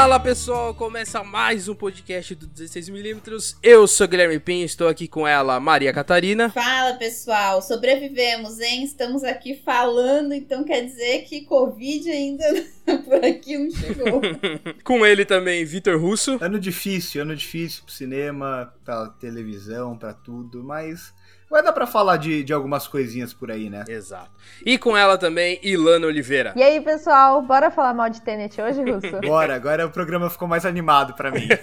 Fala pessoal, começa mais um podcast do 16mm. Eu sou Guilherme Pinho, estou aqui com ela, Maria Catarina. Fala pessoal, sobrevivemos, hein? Estamos aqui falando, então quer dizer que Covid ainda por aqui não chegou. Com ele também, Vitor Russo. Ano difícil pro cinema, pra televisão, pra tudo, mas vai dar pra falar de algumas coisinhas por aí, né? Exato. E com ela também, Ilana Oliveira. E aí, pessoal, bora falar mal de Tenet hoje, Russo? Bora, agora o programa ficou mais animado pra mim.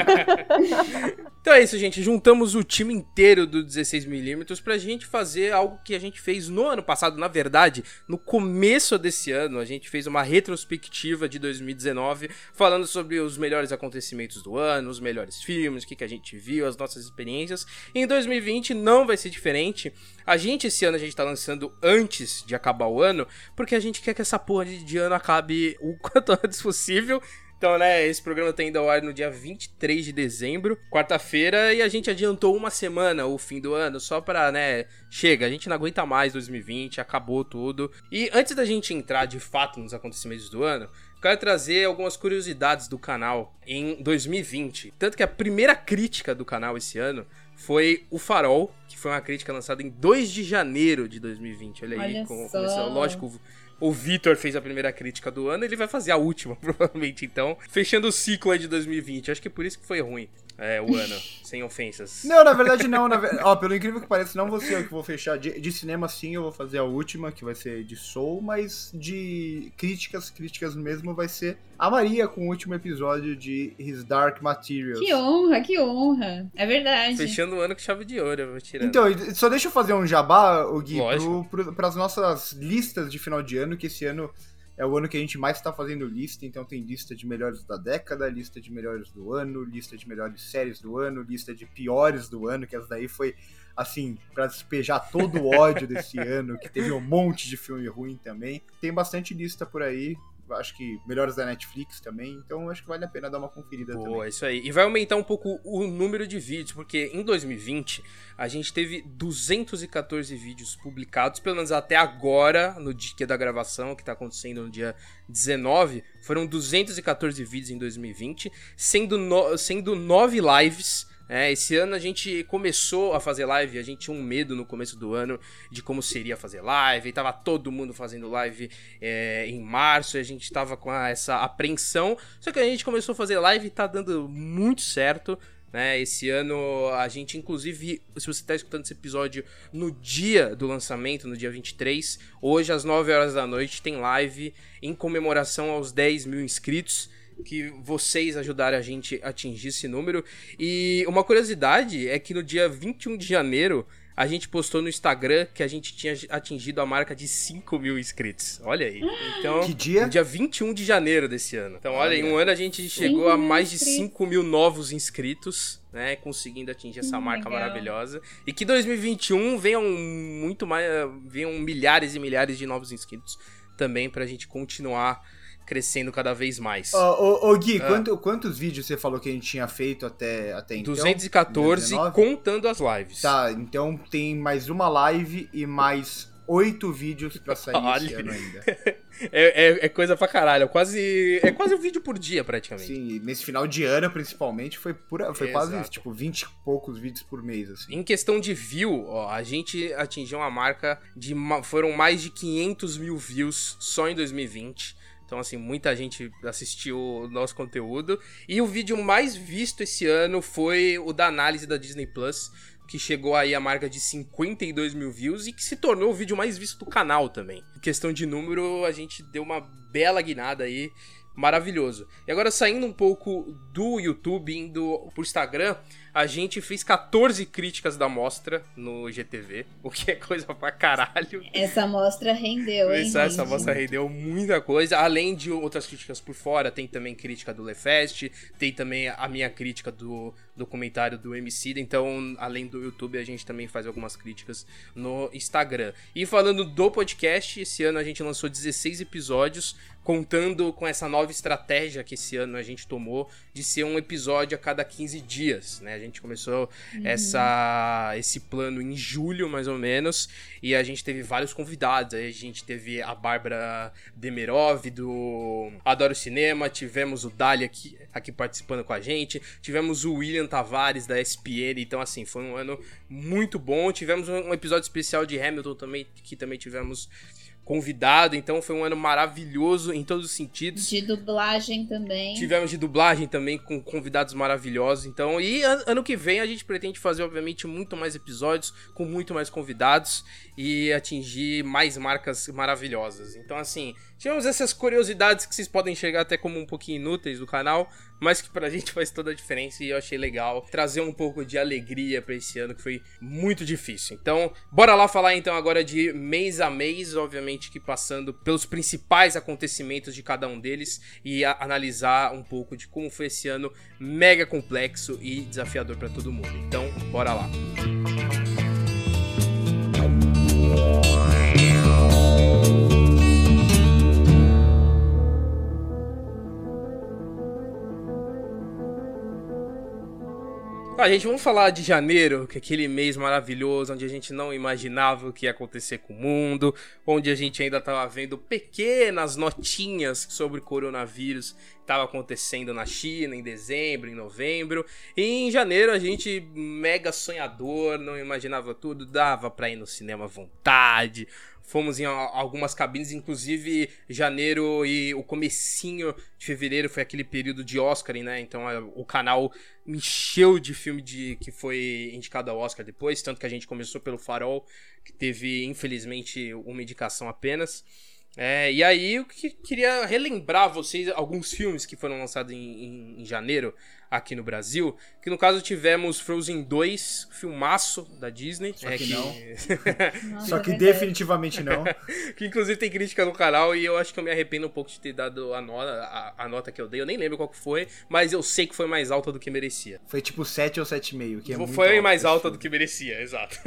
Então é isso, gente. Juntamos o time inteiro do 16mm pra gente fazer algo que a gente fez no ano passado. Na verdade, no começo desse ano, a gente fez uma retrospectiva de 2019, falando sobre os melhores acontecimentos do ano, os melhores filmes, o que a gente viu, as nossas experiências. E em 2020 não vai ser diferente. Esse ano a gente tá lançando antes de acabar o ano, porque a gente quer que essa porra de ano acabe o quanto antes possível. Então, né, esse programa tá indo ao ar no dia 23 de dezembro, quarta-feira, e a gente adiantou uma semana o fim do ano, só pra, né, chega, a gente não aguenta mais 2020, acabou tudo. E antes da gente entrar, de fato, nos acontecimentos do ano, quero trazer algumas curiosidades do canal em 2020. Tanto que a primeira crítica do canal esse ano foi O Farol, que foi uma crítica lançada em 2 de janeiro de 2020. Olha aí, começou, lógico. O Vitor fez a primeira crítica do ano, ele vai fazer a última, provavelmente, então. Fechando o ciclo aí de 2020. Acho que por isso que foi ruim o ano, sem ofensas. Não, na verdade não. Pelo incrível que pareça, não vou ser eu que vou fechar. De cinema, sim, eu vou fazer a última, que vai ser de Soul, mas de críticas mesmo, vai ser a Maria com o último episódio de His Dark Materials. Que honra. É verdade. Fechando o ano com chave de ouro, eu vou tirando. Então, só deixa eu fazer um jabá, Gui, para as nossas listas de final de ano, que esse ano é o ano que a gente mais tá fazendo lista, então tem lista de melhores da década, lista de melhores do ano, lista de melhores séries do ano, lista de piores do ano, que essa daí foi, assim, pra despejar todo o ódio desse ano, que teve um monte de filme ruim também. Tem bastante lista por aí, acho que melhores da Netflix também, então acho que vale a pena dar uma conferida também. Boa, isso aí. E vai aumentar um pouco o número de vídeos, porque em 2020 a gente teve 214 vídeos publicados, pelo menos até agora, no dia da gravação, que tá acontecendo no dia 19, foram 214 vídeos em 2020, sendo 9 lives. Esse ano a gente começou a fazer live, a gente tinha um medo no começo do ano de como seria fazer live, e tava todo mundo fazendo live em março, e a gente tava com essa apreensão, só que a gente começou a fazer live e tá dando muito certo, né? Esse ano a gente, inclusive, se você tá escutando esse episódio no dia do lançamento, no dia 23, hoje às 9 horas da noite tem live em comemoração aos 10 mil inscritos, que vocês ajudaram a gente a atingir esse número. E uma curiosidade é que no dia 21 de janeiro a gente postou no Instagram que a gente tinha atingido a marca de 5 mil inscritos. Olha aí. Então, que dia? No dia 21 de janeiro desse ano. Então, olha, em um ano a gente chegou a mais de 5 mil novos inscritos, né? Conseguindo atingir essa marca maravilhosa. E que 2021 venham milhares e milhares de novos inscritos também pra gente continuar crescendo cada vez mais. Gui, quantos vídeos você falou que a gente tinha feito até então? 214, contando as lives. Tá, então tem mais uma live e mais 8 vídeos pra sair esse ano ainda. É coisa pra caralho, é quase um vídeo por dia, praticamente. Sim, nesse final de ano, principalmente, foi quase, 20 e poucos vídeos por mês, assim. Em questão de view, a gente atingiu uma marca foram mais de 500 mil views só em 2020. Então, assim, muita gente assistiu o nosso conteúdo. E o vídeo mais visto esse ano foi o da análise da Disney Plus, que chegou aí a marca de 52 mil views e que se tornou o vídeo mais visto do canal também. Em questão de número, a gente deu uma bela guinada aí, maravilhoso. E agora, saindo um pouco do YouTube, indo pro Instagram, a gente fez 14 críticas da mostra no GTV, o que é coisa pra caralho. Essa mostra rendeu, hein, Essa mostra rendeu muita coisa, além de outras críticas por fora, tem também crítica do LeFest, tem também a minha crítica do documentário do Emicida, então, além do YouTube, a gente também faz algumas críticas no Instagram. E falando do podcast, esse ano a gente lançou 16 episódios, contando com essa nova estratégia que esse ano a gente tomou de ser um episódio a cada 15 dias, né? A gente começou esse plano em julho, mais ou menos, e a gente teve vários convidados. Aí a gente teve a Bárbara Demerov, do Adoro Cinema, tivemos o Dali aqui participando com a gente, tivemos o William Tavares, da ESPN. Então, assim, foi um ano muito bom. Tivemos um episódio especial de Hamilton também, que também tivemos convidado, então foi um ano maravilhoso em todos os sentidos. De dublagem também. Tivemos de dublagem também, com convidados maravilhosos, então, e ano que vem a gente pretende fazer, obviamente, muito mais episódios, com muito mais convidados, e atingir mais marcas maravilhosas. Então, assim, tivemos essas curiosidades que vocês podem enxergar até como um pouquinho inúteis do canal, mas que pra gente faz toda a diferença, e eu achei legal trazer um pouco de alegria pra esse ano, que foi muito difícil. Então, bora lá falar então agora de mês a mês, obviamente que passando pelos principais acontecimentos de cada um deles, e analisar um pouco de como foi esse ano mega complexo e desafiador pra todo mundo. Então, bora lá. Gente, vamos falar de janeiro, que é aquele mês maravilhoso, onde a gente não imaginava o que ia acontecer com o mundo, onde a gente ainda estava vendo pequenas notinhas sobre coronavírus que estava acontecendo na China em dezembro, em novembro. E em janeiro a gente, mega sonhador, não imaginava tudo, dava pra ir no cinema à vontade. Fomos em algumas cabines, inclusive janeiro e o comecinho de fevereiro foi aquele período de Oscar, né? Então o canal me encheu de filme que foi indicado ao Oscar depois, tanto que a gente começou pelo Farol, que teve, infelizmente, uma indicação apenas. E aí eu queria relembrar vocês alguns filmes que foram lançados em janeiro aqui no Brasil, que no caso tivemos Frozen 2, filmaço da Disney. Só que não. Só que definitivamente não. Que inclusive tem crítica no canal e eu acho que eu me arrependo um pouco de ter dado a nota que eu dei. Eu nem lembro qual que foi, mas eu sei que foi mais alta do que merecia. Foi tipo 7 ou 7,5, que é muito Foi mais alta do que merecia, exato.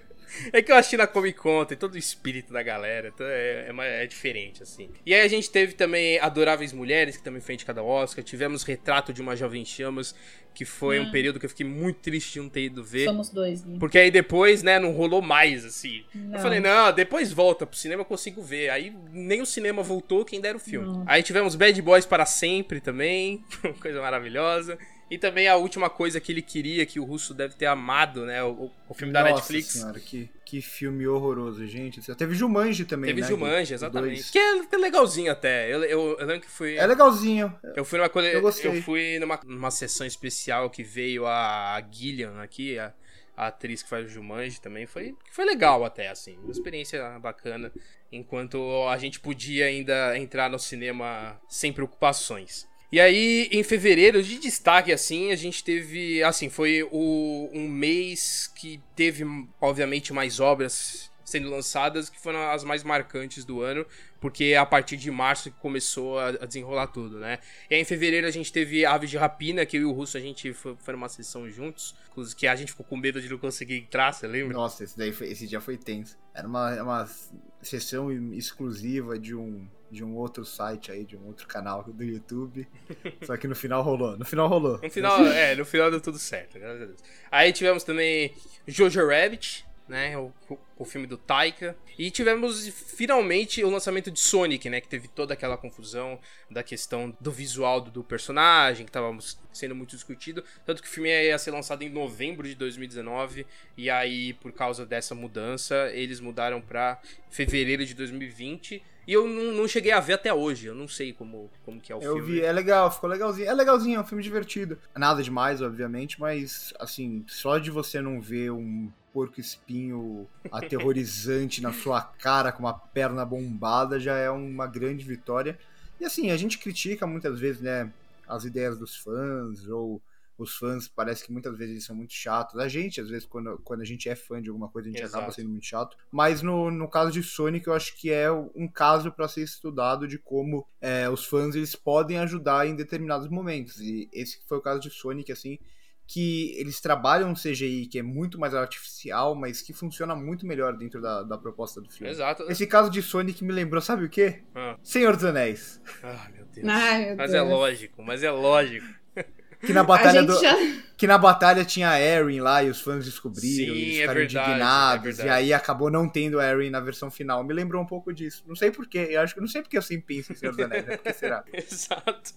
É que eu assisti na Comic Con, tem todo o espírito da galera, então é diferente, assim. E aí a gente teve também Adoráveis Mulheres, que também foi indicada ao Oscar. Tivemos Retrato de uma Jovem Chamas, que foi um período que eu fiquei muito triste de não ter ido ver. Somos dois, né? Porque aí depois, né, não rolou mais, assim. Não. Eu falei, não, depois volta pro cinema, eu consigo ver. Aí nem o cinema voltou, quem dera o filme. Não. Aí tivemos Bad Boys para Sempre também, coisa maravilhosa. E também a última coisa que ele queria, que o Russo deve ter amado, né? O filme da Netflix. Nossa senhora, que filme horroroso, gente. Teve Jumanji também, Teve né? Jumanji, exatamente. Que é legalzinho até. Eu lembro que fui... É legalzinho. Eu fui numa coisa... Eu gostei. Eu fui numa sessão especial que veio a Gillian aqui, a atriz que faz o Jumanji também. Foi legal até, assim. Uma experiência bacana. Enquanto a gente podia ainda entrar no cinema sem preocupações. E aí, em fevereiro, de destaque, assim, a gente teve... Assim, foi um mês que teve, obviamente, mais obras sendo lançadas, que foram as mais marcantes do ano, porque a partir de março que começou a desenrolar tudo, né? E aí, em fevereiro, a gente teve Aves de Rapina, que eu e o Russo, a gente foi numa sessão juntos, que a gente ficou com medo de não conseguir entrar, você lembra? Nossa, esse dia foi tenso. Era uma sessão exclusiva de um outro site aí, de um outro canal do YouTube. Só que no final rolou. No final deu tudo certo, graças a Deus. Aí tivemos também Jojo Rabbit, né? O filme do Taika. E tivemos finalmente o lançamento de Sonic, né? Que teve toda aquela confusão da questão do visual do personagem, que estava sendo muito discutido. Tanto que o filme ia ser lançado em novembro de 2019. E aí, por causa dessa mudança, eles mudaram para fevereiro de 2020. E eu não cheguei a ver até hoje. Eu não sei como que é o filme. Eu vi, é legal, ficou legalzinho. É legalzinho, é um filme divertido. Nada demais, obviamente, mas, assim, só de você não ver um porco-espinho aterrorizante na sua cara com uma perna bombada já é uma grande vitória. E, assim, a gente critica muitas vezes, né, as ideias dos fãs, ou os fãs parece que muitas vezes eles são muito chatos. A gente, às vezes, quando a gente é fã de alguma coisa, a gente acaba sendo muito chato. Mas no caso de Sonic, eu acho que é um caso para ser estudado de como os fãs eles podem ajudar em determinados momentos. E esse foi o caso de Sonic, assim, que eles trabalham um CGI que é muito mais artificial, mas que funciona muito melhor dentro da proposta do filme. Exato. Esse caso de Sonic me lembrou, sabe o quê? Senhor dos Anéis. Ah, meu Deus. Ai, meu mas Deus. É lógico. Que na batalha que na batalha tinha a Erin lá e os fãs descobriram, Sim, e eles ficaram indignados, e aí acabou não tendo a Erin na versão final. Me lembrou um pouco disso. Não sei porquê, não sei porque eu sempre penso em Senhor dos Anéis, né? Por que será? Exato.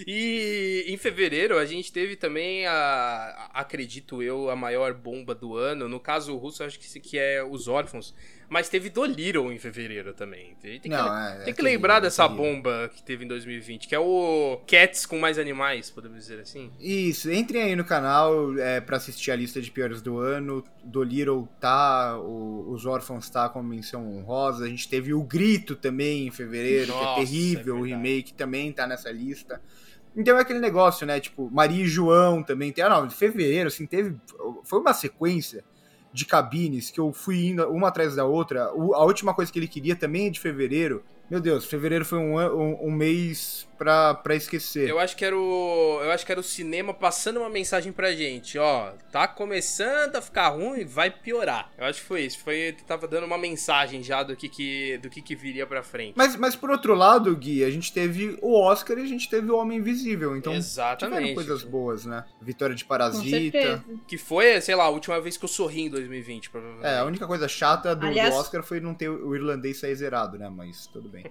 E em fevereiro a gente teve também acredito eu, a maior bomba do ano. No caso, o Russo acho que é Os Órfãos. Mas teve Dolittle em fevereiro também. Tem que lembrar dessa bomba que teve em 2020, que é o Cats com mais animais, podemos dizer assim. Isso, entrem aí no canal pra assistir a lista de piores do ano. Dolittle tá, Os Órfãos tá com menção honrosa. A gente teve o Grito também em fevereiro, que é terrível, o remake também tá nessa lista. Então é aquele negócio, né, tipo, Maria e João também tem. Em fevereiro, assim, foi uma sequência de cabines que eu fui indo uma atrás da outra. A última coisa que ele queria também é de fevereiro. Meu Deus, fevereiro foi um mês pra esquecer. Eu acho que era o cinema passando uma mensagem pra gente, ó, tá começando a ficar ruim, vai piorar. Eu acho que foi isso, tava dando uma mensagem já do que viria pra frente. Mas por outro lado, Gui, a gente teve o Oscar e a gente teve o Homem Invisível, então exatamente, tiveram coisas boas, né? Vitória de Parasita. Que foi, sei lá, a última vez que eu sorri em 2020, provavelmente. A única coisa chata do Oscar foi não ter o irlandês sair zerado, né? Mas tudo bem.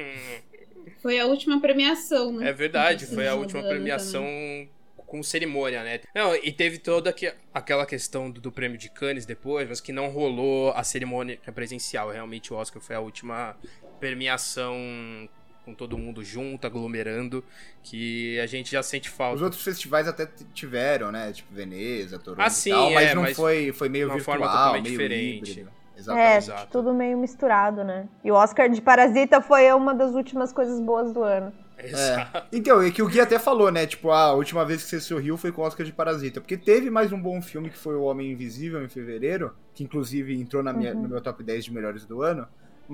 Foi a última premiação, né? É verdade, foi a última premiação com cerimônia, né? Não, e teve toda aquela questão do prêmio de Cannes depois, mas que não rolou a cerimônia presencial. Realmente o Oscar foi a última premiação com todo mundo junto, aglomerando, que a gente já sente falta. Os outros festivais até tiveram, né? Tipo Veneza, Toronto sim, e tal, mas foi meio virtual, forma totalmente meio diferente. híbrido. Exato. Tudo meio misturado, né? E o Oscar de Parasita foi uma das últimas coisas boas do ano. Exato. Então, é que o Gui até falou, né? Tipo, a última vez que você sorriu foi com o Oscar de Parasita. Porque teve mais um bom filme que foi O Homem Invisível em fevereiro, que inclusive entrou no meu top 10 de melhores do ano.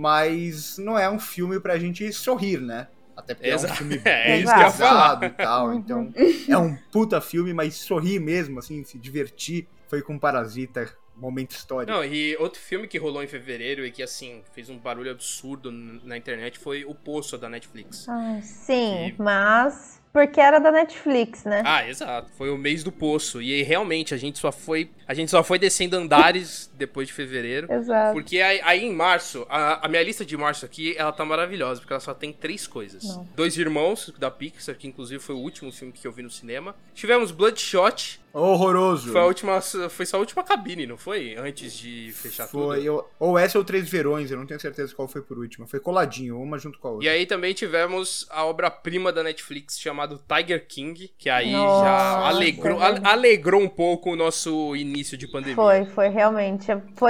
Mas não é um filme pra gente sorrir, né? Até porque é um filme bem pesado e tal. Então, é um puta filme, mas sorrir mesmo, assim, se divertir. Foi com Parasita. Momento histórico. Não, e outro filme que rolou em fevereiro e que, assim, fez um barulho absurdo na internet foi O Poço, da Netflix. Sim, mas porque era da Netflix, né? Exato. Foi o mês do Poço. E realmente, a gente só foi descendo andares depois de fevereiro. Exato. Porque aí em março, a minha lista de março aqui, ela tá maravilhosa, porque ela só tem 3 coisas. Não. 2 Irmãos, da Pixar, que inclusive foi o último filme que eu vi no cinema. Tivemos Bloodshot. Horroroso. Foi só a última cabine, não foi? Antes de fechar tudo. Foi, ou essa ou Três Verões, eu não tenho certeza qual foi por último. Foi coladinho, uma junto com a outra. E aí também tivemos a obra-prima da Netflix chamada Tiger King, que aí já alegrou um pouco o nosso início de pandemia. Foi realmente.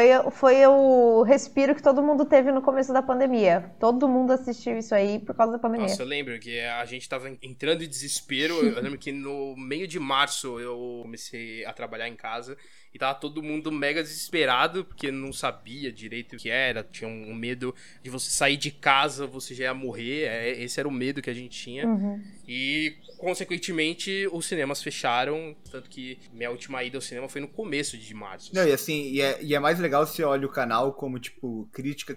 Foi o respiro que todo mundo teve no começo da pandemia. Todo mundo assistiu isso aí por causa da pandemia. Nossa, eu lembro que a gente tava entrando em desespero. Eu lembro que no meio de março eu comecei a trabalhar em casa e tava todo mundo mega desesperado, porque não sabia direito o que era, tinha um medo de você sair de casa, você já ia morrer, esse era o medo que a gente tinha. E, consequentemente, os cinemas fecharam, tanto que minha última ida ao cinema foi no começo de março. Não, e assim, e é mais legal se você olha o canal como, tipo, crítica,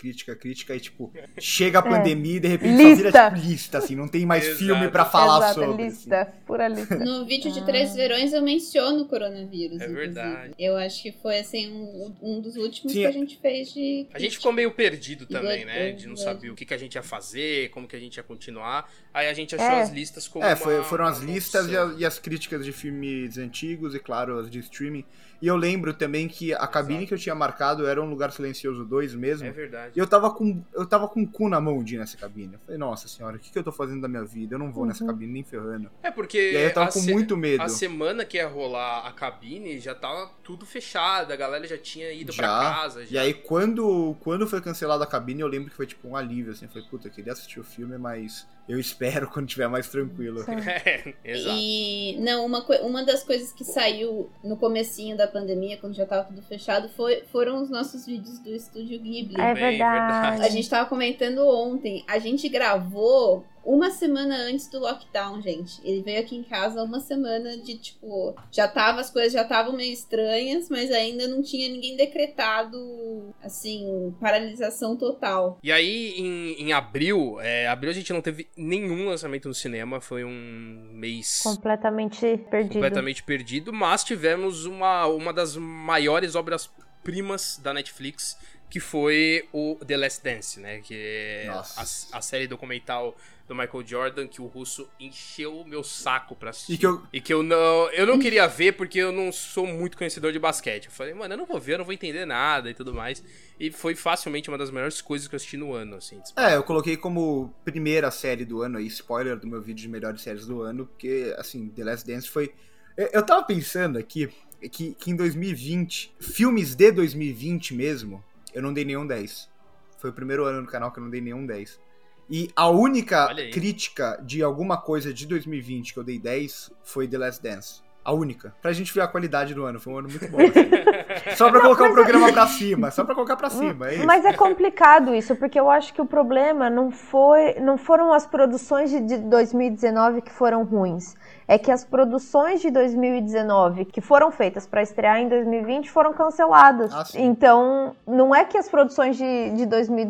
e, tipo, chega a pandemia e, de repente, só vira, tipo, lista, assim, não tem mais filme pra falar sobre. Lista, assim. Pura lista. No vídeo de Três Verões eu menciono o coronavírus. É verdade. Eu acho que foi, assim, um dos últimos que a gente fez de crítica. A gente ficou meio perdido também, né? De não saber o que a gente ia fazer, como que a gente ia continuar. Aí a gente achou as listas como foram as listas e as críticas de filmes antigos e, claro, as de streaming. E eu lembro também que a cabine que eu tinha marcado era Um Lugar Silencioso 2 mesmo. É verdade. E eu tava com o cu na mão de ir nessa cabine. Eu falei, nossa senhora, o que eu tô fazendo da minha vida? Eu não vou nessa cabine nem ferrando. Porque e aí eu tava com muito medo. A semana que ia rolar a cabine já tava tudo fechado, a galera já tinha ido pra casa. E aí quando foi cancelada a cabine, eu lembro que foi tipo um alívio, assim. Eu falei, puta, eu queria assistir o filme, mas eu espero quando tiver mais tranquilo. Exato. E, não, uma das coisas que saiu no comecinho da pandemia, quando já tava tudo fechado, foram os nossos vídeos do Estúdio Ghibli. É verdade. A gente tava comentando ontem, a gente gravou uma semana antes do lockdown, gente. Ele veio aqui em casa uma semana de, tipo, as coisas já estavam meio estranhas, mas ainda não tinha ninguém decretado, assim, paralisação total. E aí, em abril a gente não teve nenhum lançamento no cinema, foi um mês... Completamente perdido, mas tivemos uma das maiores obras-primas da Netflix, que foi o The Last Dance, né? Que é a série documental do Michael Jordan, que o Russo encheu o meu saco pra assistir. E que eu não queria ver, porque eu não sou muito conhecedor de basquete. Eu falei, mano, eu não vou ver, eu não vou entender nada e tudo mais. E foi facilmente uma das melhores coisas que eu assisti no ano, assim. Eu coloquei como primeira série do ano aí, spoiler do meu vídeo de melhores séries do ano, porque, assim, The Last Dance foi... Eu tava pensando aqui que em 2020, filmes de 2020 mesmo, eu não dei nenhum 10. Foi o primeiro ano no canal que eu não dei nenhum 10. E a única crítica de alguma coisa de 2020 que eu dei 10 foi The Last Dance. A única. Pra gente ver a qualidade do ano. Foi um ano muito bom. Assim. Só pra colocar o programa pra cima. Só pra colocar pra cima. É isso. Mas é complicado isso, porque eu acho que o problema não foram as produções de 2019 que foram ruins. É que as produções de 2019 que foram feitas pra estrear em 2020 foram canceladas. Então, não é que as produções de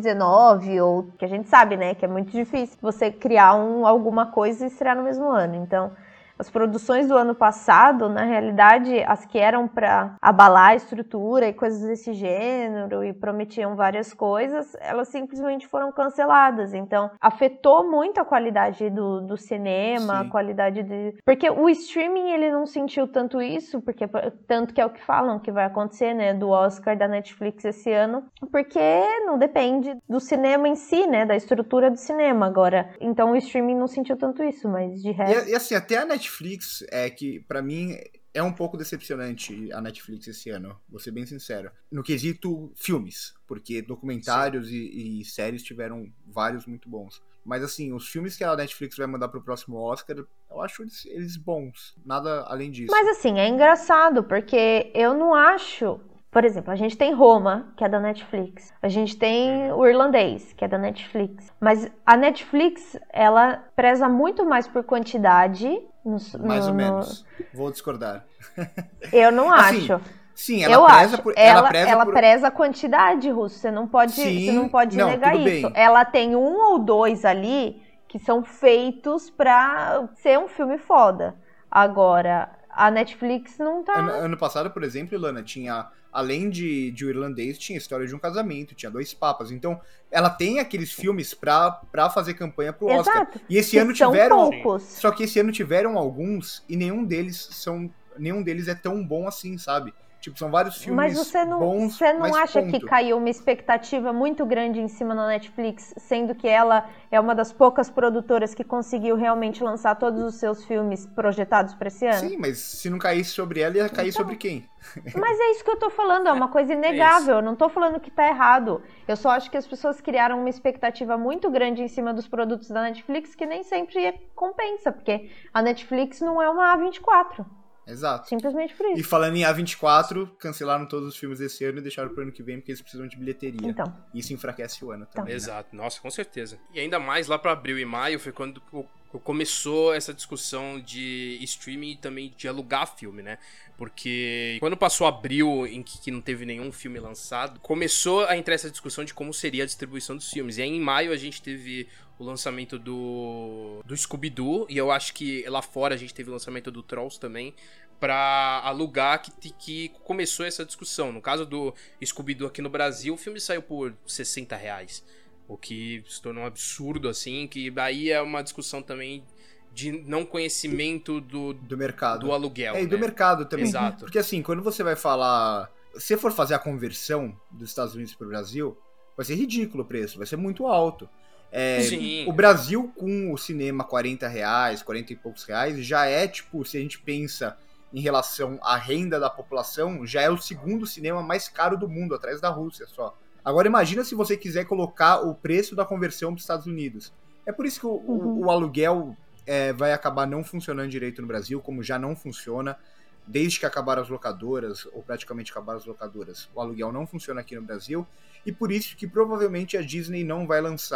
2019, ou que a gente sabe, né, que é muito difícil você criar alguma coisa e estrear no mesmo ano. Então... As produções do ano passado, na realidade, as que eram para abalar a estrutura e coisas desse gênero e prometiam várias coisas, elas simplesmente foram canceladas. Então, afetou muito a qualidade do cinema, a qualidade de... Porque o streaming, ele não sentiu tanto isso, porque tanto que é o que falam que vai acontecer, né, do Oscar da Netflix esse ano, porque não depende do cinema em si, né, da estrutura do cinema agora. Então, o streaming não sentiu tanto isso, mas de resto... E assim, até a Netflix, que pra mim é um pouco decepcionante a Netflix esse ano, vou ser bem sincero, no quesito filmes, porque documentários e séries tiveram vários muito bons. Mas assim, os filmes que a Netflix vai mandar pro próximo Oscar, eu acho eles bons, nada além disso. Mas assim, é engraçado, porque eu não acho... Por exemplo, a gente tem Roma, que é da Netflix. A gente tem o Irlandês, que é da Netflix. Mas a Netflix, ela preza muito mais por quantidade. Mais ou menos. Vou discordar. Eu não acho. Sim, ela preza a quantidade, Russo. Você não pode negar isso. Bem. Ela tem 1 ou 2 ali que são feitos pra ser um filme foda. Agora, a Netflix não tá... Ano passado, por exemplo, Ilana, tinha... Além de O Irlandês, tinha a História de um Casamento, tinha 2 Papas. Então, ela tem aqueles filmes pra fazer campanha pro Oscar. E esse ano tiveram... Poucos. Só que esse ano tiveram alguns e nenhum deles é tão bom assim, sabe? Tipo, são vários filmes bons. Você não acha que caiu uma expectativa muito grande em cima da Netflix, sendo que ela é uma das poucas produtoras que conseguiu realmente lançar todos os seus filmes projetados para esse ano? Sim, mas se não caísse sobre ela, ia cair sobre quem? Mas é isso que eu tô falando, é uma coisa inegável. Eu não tô falando que tá errado. Eu só acho que as pessoas criaram uma expectativa muito grande em cima dos produtos da Netflix que nem sempre compensa, porque a Netflix não é uma A24. Exato. Simplesmente por isso. E falando em A24, cancelaram todos os filmes desse ano e deixaram pro ano que vem porque eles precisam de bilheteria. Então. Isso enfraquece o ano também. Exato. Nossa, com certeza. E ainda mais lá pra abril e maio foi quando começou essa discussão de streaming e também de alugar filme, né? Porque quando passou abril, em que não teve nenhum filme lançado, começou a entrar essa discussão de como seria a distribuição dos filmes. E aí em maio a gente teve o lançamento do Scooby-Doo, e eu acho que lá fora a gente teve o lançamento do Trolls também, pra alugar, que começou essa discussão. No caso do Scooby-Doo aqui no Brasil, o filme saiu por R$60, o que se tornou um absurdo, assim, que aí é uma discussão também de não conhecimento do mercado, do aluguel. E do mercado também. Exato. Porque assim, quando você vai falar... Se for fazer a conversão dos Estados Unidos pro Brasil, vai ser ridículo o preço, vai ser muito alto. Sim. O Brasil com o cinema R$40, 40 e poucos reais, já é, tipo, se a gente pensa em relação à renda da população, já é o segundo cinema mais caro do mundo, atrás da Rússia só. Agora imagina se você quiser colocar o preço da conversão para os Estados Unidos. É por isso que o aluguel vai acabar não funcionando direito no Brasil, como já não funciona, desde que acabaram as locadoras, ou praticamente acabaram as locadoras. O aluguel não funciona aqui no Brasil, e por isso que provavelmente a Disney não vai lançar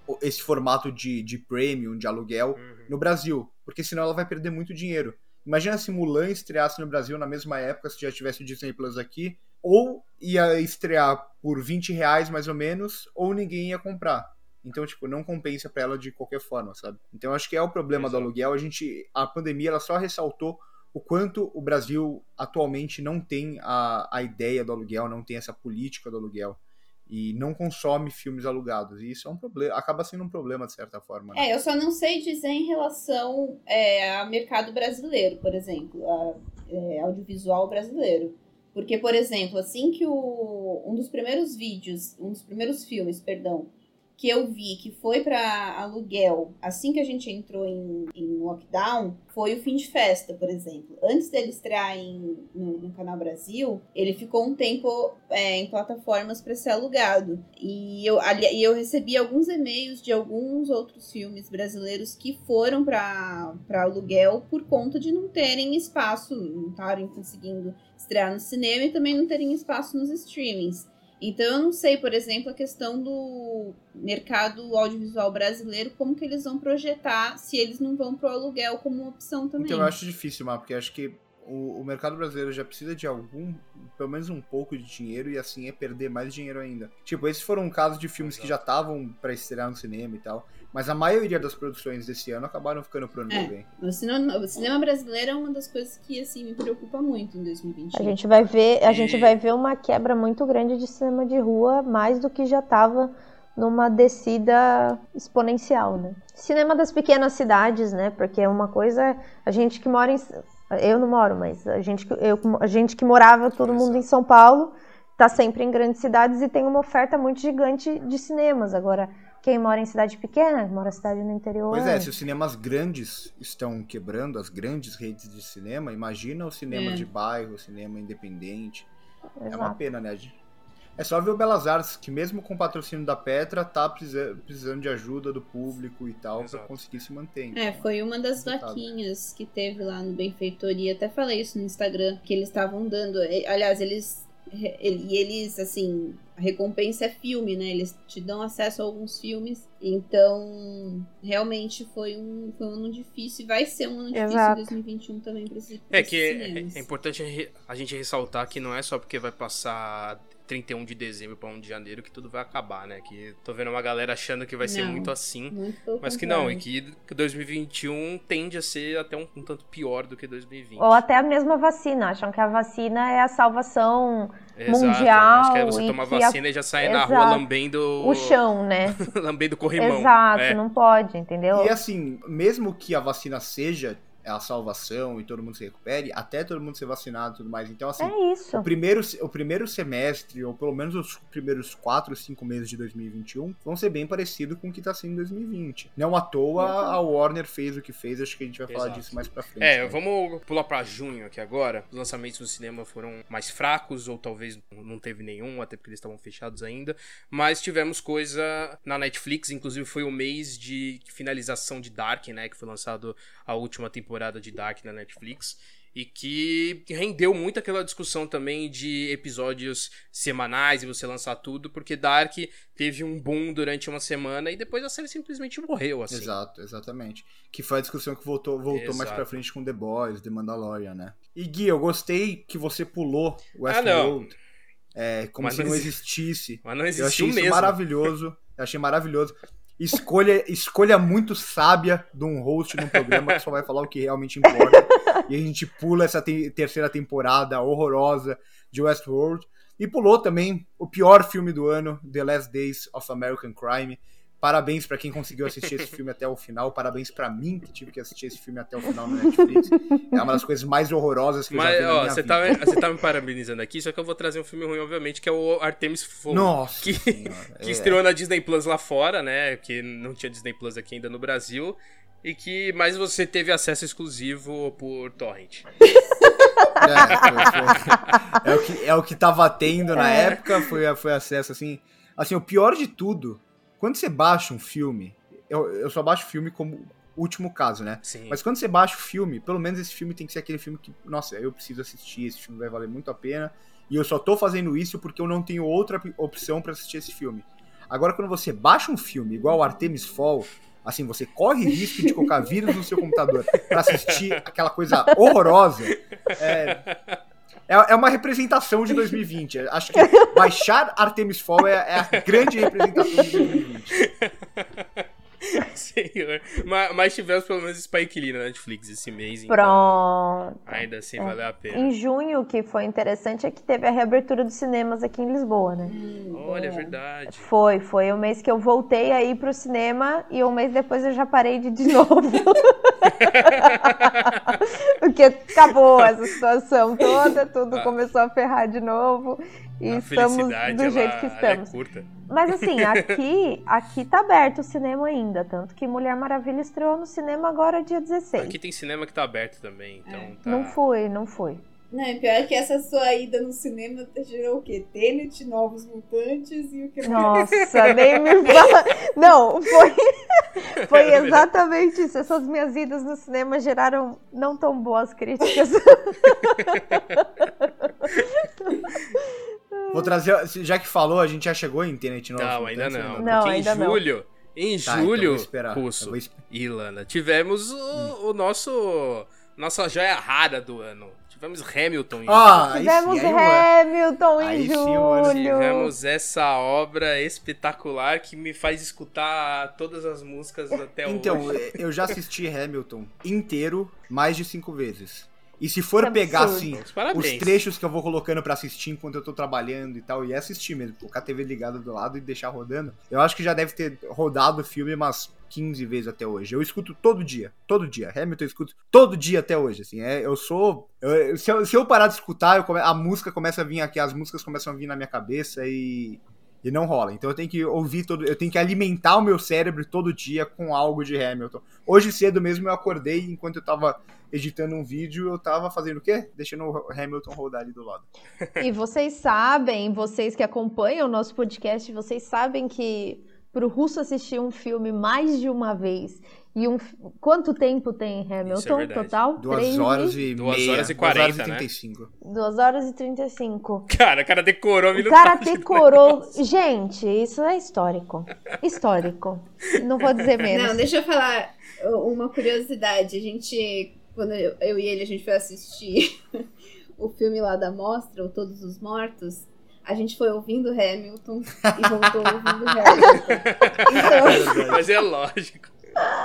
esse formato de premium, de aluguel no Brasil, porque senão ela vai perder muito dinheiro. Imagina se Mulan estreasse no Brasil na mesma época, se já tivesse o Disney Plus aqui, ou ia estrear por R$20 mais ou menos, ou ninguém ia comprar. Então, tipo, não compensa pra ela de qualquer forma, sabe? Então, acho que é o problema do aluguel. A pandemia, ela só ressaltou o quanto o Brasil atualmente não tem a ideia do aluguel, não tem essa política do aluguel. E não consome filmes alugados. E isso é um problema, acaba sendo um problema, de certa forma. Né? Eu só não sei dizer em relação ao mercado brasileiro, por exemplo, audiovisual brasileiro. Porque, por exemplo, assim que um dos primeiros filmes, que eu vi que foi para aluguel, assim que a gente entrou em lockdown, foi o Fim de Festa, por exemplo. Antes dele estrear no Canal Brasil, ele ficou um tempo em plataformas para ser alugado. E eu recebi alguns e-mails de alguns outros filmes brasileiros que foram para aluguel por conta de não terem espaço, não estarem conseguindo estrear no cinema e também não terem espaço nos streamings. Então, eu não sei, por exemplo, a questão do mercado audiovisual brasileiro, como que eles vão projetar se eles não vão pro aluguel como uma opção também. Então, eu acho difícil, porque acho que o mercado brasileiro já precisa de pelo menos um pouco de dinheiro, e assim é perder mais dinheiro ainda. Tipo, esses foram casos de filmes que já estavam pra estrear no cinema e tal, mas a maioria das produções desse ano acabaram ficando pro ano que vem. O cinema brasileiro é uma das coisas que, assim, me preocupa muito em 2021. A gente vai ver uma quebra muito grande de cinema de rua, mais do que já estava numa descida exponencial, né? Cinema das pequenas cidades, né? Porque uma coisa, a gente que mora eu não moro, mas a gente que morava todo mundo em São Paulo, tá sempre em grandes cidades e tem uma oferta muito gigante de cinemas. Agora, quem mora em cidade pequena, mora em cidade no interior... Pois é, se os cinemas grandes estão quebrando, as grandes redes de cinema, imagina o cinema de bairro, o cinema independente. Exato. É uma pena, né? É só ver o Belas Artes, que mesmo com o patrocínio da Petra, tá precisando de ajuda do público e tal, pra conseguir se manter. Então, foi uma das vaquinhas que teve lá no Benfeitoria, até falei isso no Instagram, que eles estavam dando, aliás, eles, assim, a recompensa é filme, né, eles te dão acesso a alguns filmes, então, realmente foi um ano difícil, e vai ser um ano difícil em 2021 também pra esses cinemas. É importante a gente ressaltar que não é só porque vai passar 31 de dezembro pra 1 de janeiro que tudo vai acabar, né? Que tô vendo uma galera achando que vai ser muito assim, mas que não, e que 2021 tende a ser até um tanto pior do que 2020. Ou até a mesma vacina, acham que a vacina é a salvação Exato. mundial. Acho que aí você toma vacina e já sai na rua lambendo o chão, né? lambendo o corrimão. Exato, não pode, entendeu? E assim, mesmo que a vacina seja a salvação e todo mundo se recupere, até todo mundo ser vacinado e tudo mais. Então, assim, isso. O primeiro semestre, ou pelo menos os primeiros 4 ou 5 meses de 2021, vão ser bem parecidos com o que tá sendo em 2020. Não à toa a Warner fez o que fez, acho que a gente vai falar disso mais pra frente. Né? Vamos pular pra junho aqui agora. Os lançamentos no cinema foram mais fracos, ou talvez não teve nenhum, até porque eles estavam fechados ainda. Mas tivemos coisa na Netflix, inclusive foi o mês de finalização de Dark, né? Que foi lançado a última temporada de Dark na Netflix, e que rendeu muito aquela discussão também de episódios semanais e você lançar tudo, porque Dark teve um boom durante uma semana e depois a série simplesmente morreu, assim. Exato, exatamente. Que foi a discussão que voltou mais pra frente com The Boys, The Mandalorian, né? E Gui, eu gostei que você pulou Westworld, como se não existisse. Mas não existiu mesmo. Eu achei maravilhoso. Escolha muito sábia de um host de um programa que só vai falar o que realmente importa. E a gente pula essa terceira temporada horrorosa de Westworld. E pulou também o pior filme do ano, The Last Days of American Crime. Parabéns pra quem conseguiu assistir esse filme até o final. Parabéns pra mim, que tive que assistir esse filme até o final no Netflix. É uma das coisas mais horrorosas que eu já vi na minha vida. Você tá me parabenizando aqui, só que eu vou trazer um filme ruim, obviamente, que é o Artemis Fowl. Nossa que estreou na Disney Plus lá fora, né? Que não tinha Disney Plus aqui ainda no Brasil. Mas você teve acesso exclusivo por torrent. É o que tava tendo na época, foi acesso, assim... Assim, o pior de tudo... Quando você baixa um filme, eu só baixo filme como último caso, né? Sim. Mas quando você baixa o filme, pelo menos esse filme tem que ser aquele filme que, nossa, eu preciso assistir, esse filme vai valer muito a pena, e eu só tô fazendo isso porque eu não tenho outra opção pra assistir esse filme. Agora, quando você baixa um filme igual Artemis Fall, assim, você corre risco de colocar vírus no seu computador pra assistir aquela coisa horrorosa. É uma representação de 2020. Acho que baixar Artemis Fall é a grande representação de 2020. Senhor. Mas tivemos pelo menos Spike Lee na Netflix esse mês. Então Pronto. ainda assim valeu a pena. Em junho, o que foi interessante é que teve a reabertura dos cinemas aqui em Lisboa, né? Olha, é verdade. Foi o mês que eu voltei a ir pro cinema e um mês depois eu já parei de novo. Porque acabou essa situação toda, tudo começou a ferrar de novo. E estamos do jeito que estamos. É curta. Mas assim, aqui tá aberto o cinema ainda. Tanto que Mulher Maravilha estreou no cinema agora dia 16. Aqui tem cinema que tá aberto também, então tá... Não foi. Não, é pior que essa sua ida no cinema gerou o quê? Tenet, Novos Mutantes e o que? Nossa, nem me fala. Não, foi exatamente isso. Essas minhas idas no cinema geraram não tão boas críticas. Vou trazer, já que falou, a gente já chegou em Tenet Novos Não, Mutantes, ainda não. Não, porque ainda em julho, então Russo e Lana, tivemos o nossa joia rara do ano. Tivemos Hamilton em julho. Tivemos Hamilton em julho. Tivemos essa obra espetacular que me faz escutar todas as músicas até hoje. Então, eu já assisti Hamilton inteiro mais de 5 vezes. E se for pegar, assim, os trechos que eu vou colocando pra assistir enquanto eu tô trabalhando e tal, e assistir mesmo, colocar a TV ligada do lado e deixar rodando, eu acho que já deve ter rodado o filme umas 15 vezes até hoje. Eu escuto todo dia. Hamilton eu escuto todo dia até hoje, assim. Se eu parar de escutar, a música começa a vir aqui, as músicas começam a vir na minha cabeça e não rola. Então eu tenho que ouvir eu tenho que alimentar o meu cérebro todo dia com algo de Hamilton. Hoje cedo mesmo eu acordei, enquanto eu tava editando um vídeo, eu tava fazendo o quê? Deixando o Hamilton rodar ali do lado. E vocês sabem, vocês que acompanham o nosso podcast, vocês sabem que pro Russo assistir um filme mais de uma vez, quanto tempo tem Hamilton total? 2 horas e 2 horas e 40, 2 horas e 35. Né? 2 horas e 35. Cara, o cara decorou. O cara decorou. Gente, isso é histórico. Histórico. Não vou dizer menos. Não, deixa eu falar uma curiosidade. A gente, quando eu e ele, a gente foi assistir o filme lá da mostra, o Todos os Mortos, a gente foi ouvindo Hamilton e voltou ouvindo Hamilton. Então... Mas é lógico.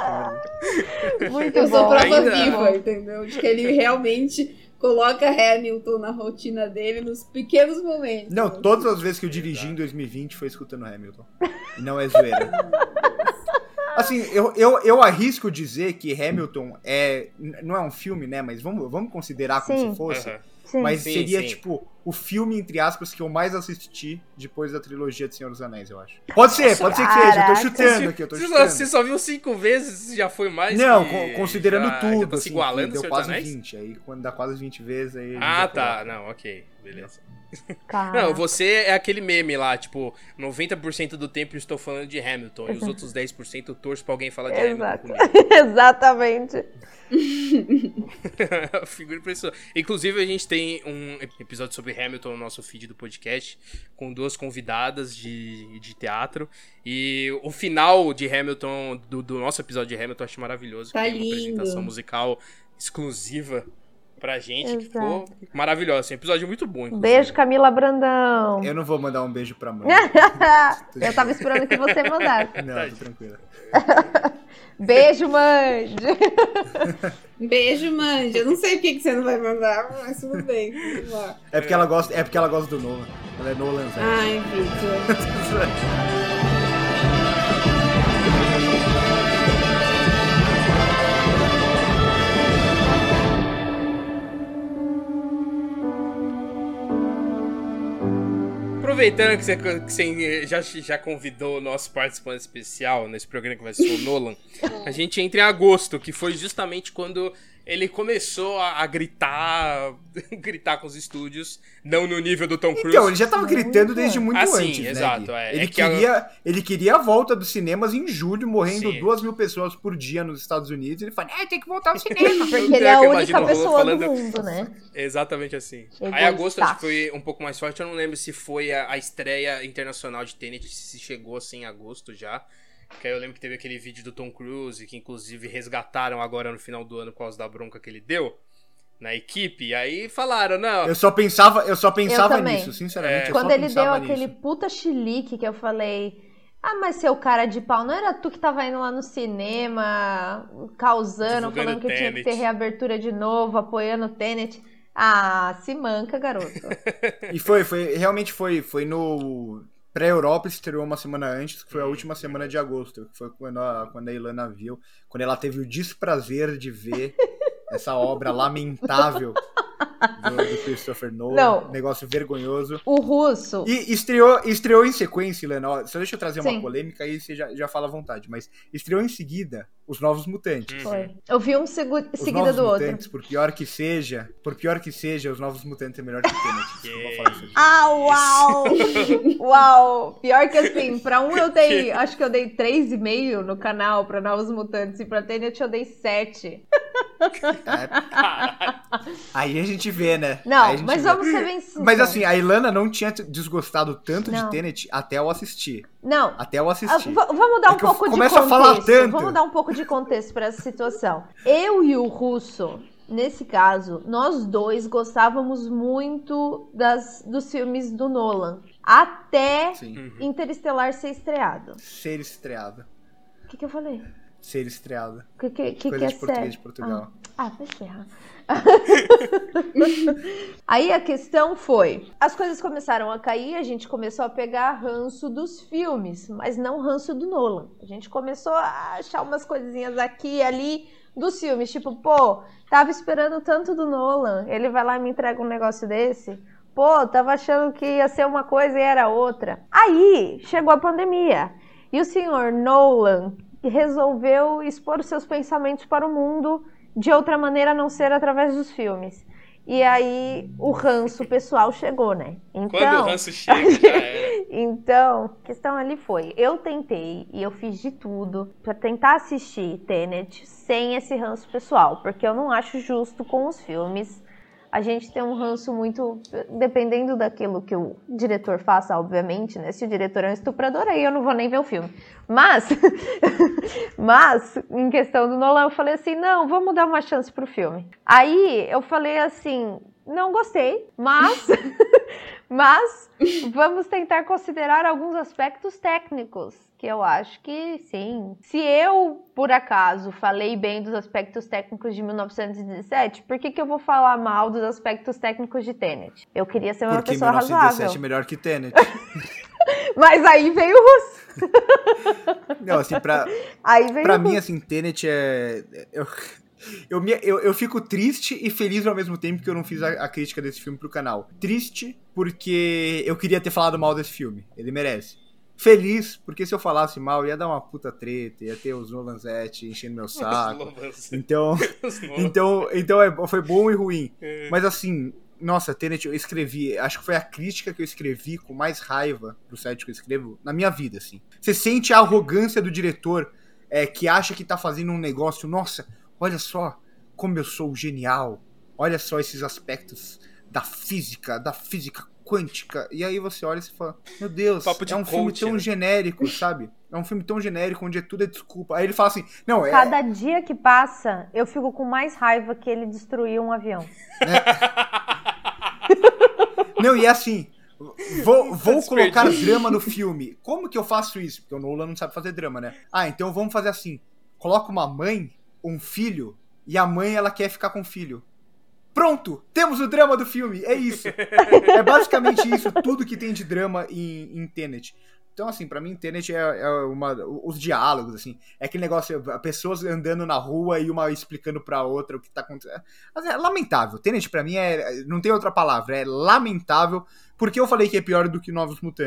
Muito eu bom. sou prova viva, entendeu? De que ele realmente coloca Hamilton na rotina dele nos pequenos momentos. Não, todas as vezes que eu dirigi em 2020 foi escutando Hamilton. E não é zoeira. Assim, eu arrisco dizer que Hamilton não é um filme, né? Mas vamos considerar como se fosse. Sim. Mas sim, seria, tipo, o filme, entre aspas, que eu mais assisti depois da trilogia de Senhor dos Anéis, eu acho. Pode ser que seja, eu tô chutando aqui, Você só viu 5 vezes, já foi mais? Não, considerando tudo, já tá se igualando, deu Senhor quase dos Anéis? 20, aí quando dá quase 20 vezes, aí... Tá, não, ok, beleza. Caraca. Não, você é aquele meme lá, tipo, 90% do tempo eu estou falando de Hamilton, e os outros 10% eu torço pra alguém falar de Hamilton comigo. Exatamente. Figura impressionante. Inclusive, a gente tem um episódio sobre Hamilton no nosso feed do podcast, com 2 convidadas de teatro. E o final de Hamilton, do nosso episódio de Hamilton, eu acho maravilhoso. Tá tem uma lindo. apresentação musical exclusiva pra gente, Exato. que ficou maravilhosa. É um episódio muito bom, inclusive. Beijo, Camila Brandão. Eu não vou mandar um beijo pra mãe. Eu tava esperando que você mandasse. Não, tô tranquila. Beijo, Mandy. Beijo, Mandy. Eu não sei o que você não vai mandar, mas tudo bem. Vamos lá. É porque ela gosta do Nolan. Ela é Nolan Zé. Ai, Victor. Aproveitando que você já convidou o nosso participante especial nesse programa que vai ser o Nolan, a gente entra em agosto, que foi justamente quando ele começou a gritar com os estúdios, não no nível do Tom Cruise. Então, ele já tava gritando desde muito antes, né? Exato, Ele queria a volta dos cinemas em julho, morrendo 2.000 pessoas por dia nos Estados Unidos. Ele fala, tem que voltar ao cinema. Porque ele é a única pessoa do mundo, né? Exatamente assim. Aí agosto acho que foi um pouco mais forte, eu não lembro se foi a estreia internacional de Tenet, se chegou assim em agosto já. Que aí eu lembro que teve aquele vídeo do Tom Cruise, que inclusive resgataram agora no final do ano por causa da bronca que ele deu na equipe. E aí falaram, não... Eu só pensava nisso, sinceramente. Quando ele deu aquele puta chilique que eu falei... mas seu cara de pau, não era tu que tava indo lá no cinema, causando, falando que tinha que ter reabertura de novo, apoiando o Tenet... se manca, garoto. E realmente foi no... Pré-Europa estreou uma semana antes, que foi a última semana de agosto, que foi quando a Ilana viu, quando ela teve o desprazer de ver essa obra lamentável do Christopher Nolan, negócio vergonhoso. O russo. E estreou em sequência, Ilana, só deixa eu trazer uma polêmica aí, você já fala à vontade, mas estreou em seguida Os Novos Mutantes. Foi. Eu vi um seguida do outro. Mutantes, por pior que seja, Os Novos Mutantes é melhor que Tenet. Uau! Uau! Pior que assim, pra um acho que eu dei 3,5 no canal pra Novos Mutantes, e pra Tenet eu dei 7. Aí a gente vê, né? Não, mas vamos ser vencidos. Mas assim, a Ilana não tinha desgostado tanto de Tenet até eu assistir. Não. Até eu assistir. Vamos dar um pouco de contexto. A falar tanto. Vamos dar um pouco de contexto pra essa situação. Eu e o Russo, nesse caso, nós dois gostávamos muito dos filmes do Nolan. Até Interestelar ser estreado. Ser estreado. O que eu falei? Ser estreado. Que Coisa é de português de Portugal. Vai ferrar. Aí a questão foi, as coisas começaram a cair, a gente começou a pegar ranço dos filmes, mas não ranço do Nolan. A gente começou a achar umas coisinhas aqui e ali dos filmes, tipo, tava esperando tanto do Nolan, ele vai lá e me entrega um negócio desse. Tava achando que ia ser uma coisa e era outra. Aí chegou a pandemia e o senhor Nolan resolveu expor os seus pensamentos para o mundo de outra maneira a não ser através dos filmes. E aí o ranço pessoal chegou, né? Então, quando o ranço chega, já era. Então, a questão ali foi, eu tentei e eu fiz de tudo para tentar assistir Tenet sem esse ranço pessoal, porque eu não acho justo com os filmes. A gente tem um ranço muito... Dependendo daquilo que o diretor faça, obviamente, né? Se o diretor é um estuprador, aí eu não vou nem ver o filme. Mas, em questão do Nolan, eu falei assim, não, vamos dar uma chance pro filme. Aí, eu falei assim, não gostei, mas vamos tentar considerar alguns aspectos técnicos. Que eu acho que sim. Se eu, por acaso, falei bem dos aspectos técnicos de 1917, por que eu vou falar mal dos aspectos técnicos de Tenet? Eu queria ser uma pessoa razoável. Porque 1917 é melhor que Tenet. Mas aí veio o Russo. Não, assim, pra mim, assim, Tenet é... Eu fico triste e feliz ao mesmo tempo que eu não fiz a crítica desse filme pro canal. Triste porque eu queria ter falado mal desse filme. Ele merece. Feliz, porque se eu falasse mal, ia dar uma puta treta, ia ter os Nolanzete enchendo meu saco. Então foi bom e ruim. Mas assim, nossa, Tenet eu escrevi, acho que foi a crítica que eu escrevi com mais raiva pro site que eu escrevo na minha vida, assim. Você sente a arrogância do diretor que acha que tá fazendo um negócio, nossa, olha só como eu sou genial, olha só esses aspectos da física quântica, e aí você olha e você fala, meu Deus, é um filme tão genérico, sabe? É um filme tão genérico, onde tudo é desculpa. Aí ele fala assim, não, Cada dia que passa, eu fico com mais raiva que ele destruiu um avião. Não, e é assim, vou colocar drama no filme. Como que eu faço isso? Porque o Nolan não sabe fazer drama, né? Então vamos fazer assim, coloca uma mãe, um filho, e a mãe, ela quer ficar com o filho. Pronto, temos o drama do filme, é isso. É basicamente isso, tudo que tem de drama em Tenet. Então, assim, pra mim, Tenet os diálogos, assim, é aquele negócio, pessoas andando na rua e uma explicando pra outra o que tá acontecendo. É lamentável. Tenet, pra mim, não tem outra palavra, é lamentável. Por que eu falei que é pior do que Novos Mutantes?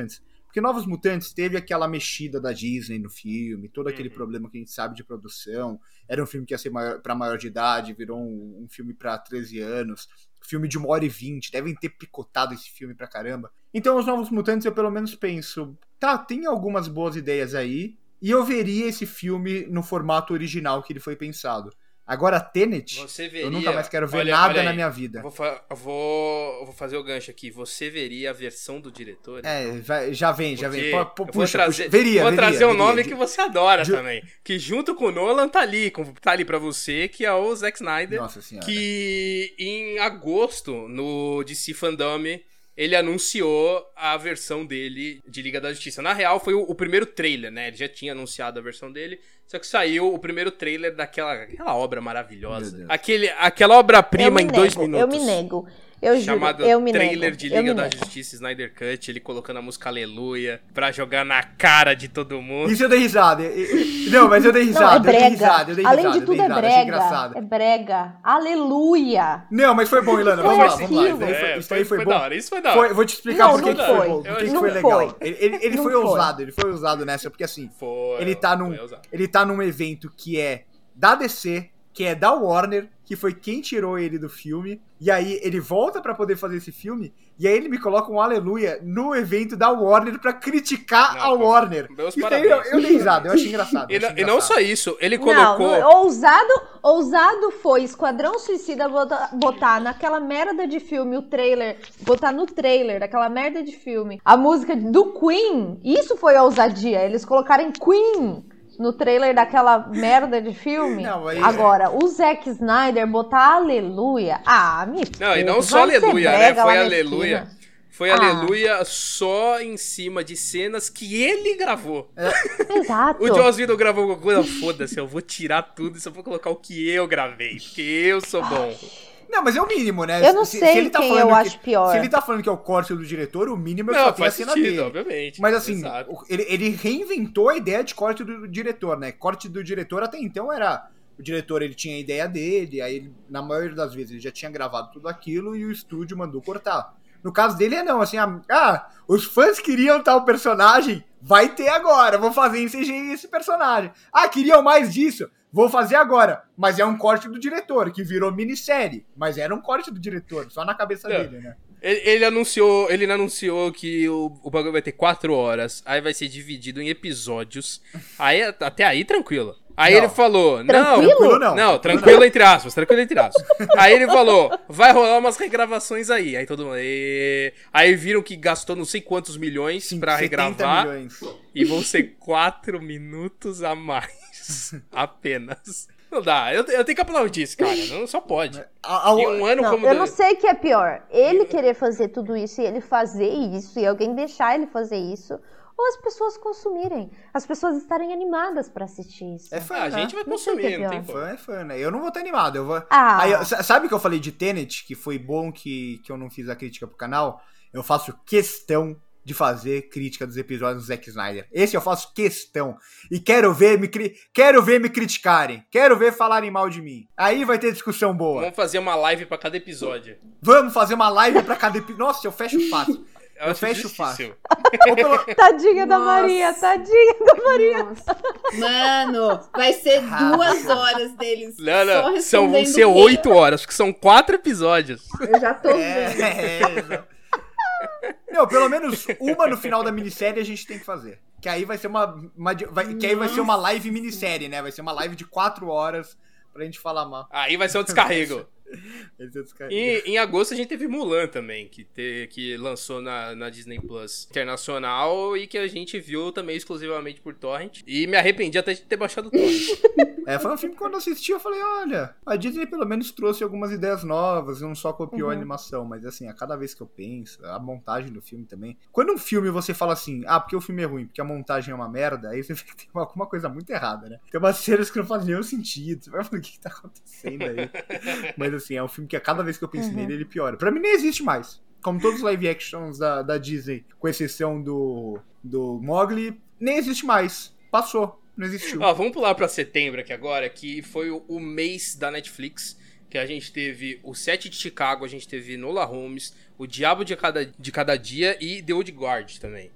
Porque Novos Mutantes teve aquela mexida da Disney no filme, todo aquele problema que a gente sabe de produção. Era um filme que ia ser pra maior de idade, virou um filme pra 13 anos. Filme de 1h20, devem ter picotado esse filme pra caramba. Então, Os Novos Mutantes, eu pelo menos penso, tá, tem algumas boas ideias aí, e eu veria esse filme no formato original que ele foi pensado. Agora, Tenet, eu nunca mais quero ver nada na minha vida. Vou fazer o gancho aqui. Você veria a versão do diretor? Já vem. Puxa, Vou trazer um nome que você adora também. Que junto com o Nolan tá ali pra você, que é o Zack Snyder. Nossa Senhora. Que em agosto, no DC Fandom, ele anunciou a versão dele de Liga da Justiça. Na real, foi o primeiro trailer, né? Ele já tinha anunciado a versão dele, só que saiu o primeiro trailer daquela obra maravilhosa. Aquela obra-prima em 2 minutos. Eu me nego. Eu juro, chamado trailer de Liga da Justiça, Snyder Cut, ele colocando a música Aleluia pra jogar na cara de todo mundo. Isso eu dei risada. Não, mas eu dei risada. Não, é brega. Além de tudo, é brega. É brega. Aleluia. Não, mas foi bom, Ilana. Vamos lá. Isso aí foi bom. Isso foi da hora. Vou te explicar por que foi bom. Por que foi legal. Ele foi ousado. Ele foi ousado nessa, porque assim, ele tá num evento que é da DC, que é da Warner, que foi quem tirou ele do filme, e aí ele volta pra poder fazer esse filme, e aí ele me coloca um aleluia no evento da Warner pra criticar a Warner. Meus parabéns. Eu dei risada, eu achei engraçado. E não só isso, ele colocou... Ousado foi Esquadrão Suicida botar naquela merda de filme o trailer, botar no trailer daquela merda de filme a música do Queen. Isso foi ousadia, eles colocarem Queen no trailer daquela merda de filme. Agora, o Zack Snyder botar aleluia. E não só aleluia, né? Foi aleluia. Foi aleluia só em cima de cenas que ele gravou. Exato. O Joss Whedon gravou alguma coisa, foda-se, eu vou tirar tudo e só vou colocar o que eu gravei, porque eu sou bom. Não, mas é o mínimo, né? Eu não sei quem eu acho pior. Se ele tá falando que é o corte do diretor, o mínimo é que só tem a cena dele. Obviamente. Mas assim, ele reinventou a ideia de corte do diretor, né? Corte do diretor até então era... O diretor, ele tinha a ideia dele, aí ele, na maioria das vezes ele já tinha gravado tudo aquilo e o estúdio mandou cortar. No caso dele é não, assim, os fãs queriam tal personagem, vai ter agora, vou fazer em CGI esse personagem. Queriam mais disso, vou fazer agora. Mas é um corte do diretor, que virou minissérie. Mas era um corte do diretor, só na cabeça dele, né? Ele anunciou que o bagulho vai ter 4 horas, aí vai ser dividido em episódios. Aí, até aí, tranquilo. Aí ele falou, tranquilo entre aspas. Aí ele falou, vai rolar umas regravações aí. Aí todo mundo, aí viram que gastou não sei quantos milhões pra regravar. Milhões. E vão ser 4 minutos a mais. Apenas. Não dá, eu tenho que aplaudir esse cara, não só pode. Em um ano como... Eu não sei o que é pior, ele querer fazer tudo isso e ele fazer isso, e alguém deixar ele fazer isso, ou as pessoas consumirem, as pessoas estarem animadas pra assistir isso. É fã, a gente vai consumir, não tem fã. É fã, né? Eu não vou estar animado, eu vou... Sabe o que eu falei de Tenet, que foi bom que eu não fiz a crítica pro canal? Eu faço questão de fazer crítica dos episódios do Zack Snyder. Esse eu faço questão. E quero ver me criticarem. Quero ver falarem mal de mim. Aí vai ter discussão boa. Vamos fazer uma live pra cada episódio. Vamos fazer uma live pra cada episódio. Nossa, eu fecho fácil. Eu fecho fácil. Tadinha da Maria. Mano, vai ser 2 horas deles. Não, vão ser 8 horas, porque são 4 episódios. Eu já tô vendo. Não, pelo menos uma no final da minissérie a gente tem que fazer. Que aí vai ser que aí vai ser uma live minissérie, né? Vai ser uma live de 4 horas pra gente falar mal. Aí vai ser um descarrego. E em agosto a gente teve Mulan também, que lançou na Disney Plus Internacional e que a gente viu também exclusivamente por Torrent. E me arrependi até de ter baixado o Torrent. Foi um filme que quando eu assisti eu falei, olha, a Disney pelo menos trouxe algumas ideias novas, não só copiou a animação, mas assim, a cada vez que eu penso, a montagem do filme também. Quando um filme você fala assim, porque o filme é ruim, porque a montagem é uma merda, aí você vê que tem alguma coisa muito errada, né? Tem umas cenas que não fazem nenhum sentido, você vai falar, o que tá acontecendo aí? Mas assim, é um filme que a cada vez que eu penso nele, ele piora. Pra mim nem existe mais. Como todos os live actions da Disney, com exceção do Mowgli, nem existe mais. Passou. Não existiu. Vamos pular pra setembro aqui agora, que foi o mês da Netflix, que a gente teve o 7 de Chicago, a gente teve Enola Holmes, O Diabo de Cada Dia e The Old Guard também.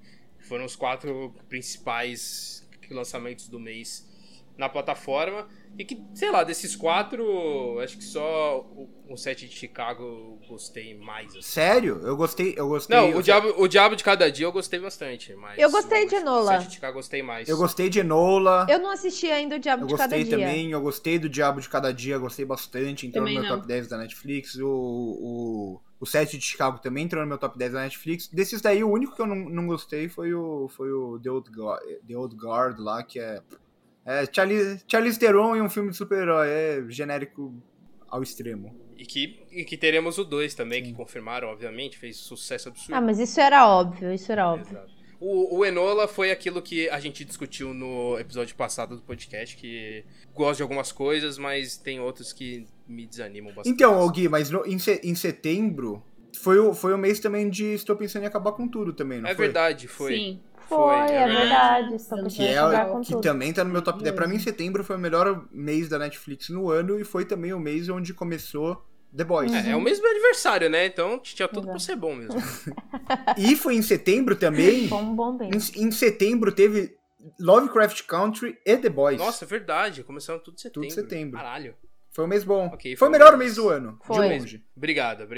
Foram os 4 principais lançamentos do mês na plataforma. E que, sei lá, desses 4, acho que só o 7 de Chicago eu gostei mais. Assim. Sério? Eu gostei. Não, o Diabo de Cada Dia eu gostei bastante. Mas eu gostei de Enola. O 7 de Chicago eu gostei mais. Eu gostei de Enola. Eu não assisti ainda o Diabo de Cada Dia. Eu gostei também, eu gostei do Diabo de Cada Dia, gostei bastante. Entrou no meu top 10 da Netflix. O 7 de Chicago também entrou no meu top 10 da Netflix. Desses daí, o único que eu não gostei foi o The Old Guard lá, que é Charlize Theron e um filme de super-herói. É genérico ao extremo. E que teremos o 2 também, que confirmaram, obviamente, fez sucesso absurdo. Ah, mas isso era óbvio. Exato. O Enola foi aquilo que a gente discutiu no episódio passado do podcast, que gosto de algumas coisas, mas tem outras que me desanimam bastante. Então, Gui, mas em setembro foi o mês também de Estou Pensando em Acabar com Tudo também, não foi? É verdade, foi. Sim. É verdade. Que também tá no meu top 10. Pra mim, setembro foi o melhor mês da Netflix no ano e foi também o mês onde começou The Boys. É o mês do meu aniversário, né? Então tinha tudo pra ser bom mesmo. E foi em setembro também. Foi um bom mês. Em setembro teve Lovecraft Country e The Boys. Nossa, é verdade. Começaram tudo em setembro. Tudo em setembro. Caralho. Foi um mês bom. Okay, foi o melhor mês do ano. Foi. De longe. Obrigado.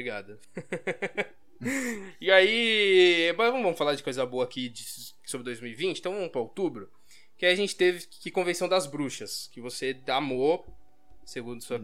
E aí, vamos falar de coisa boa aqui sobre 2020. Então vamos pra outubro. Que aí a gente teve que Convenção das Bruxas. Que você amou, segundo sua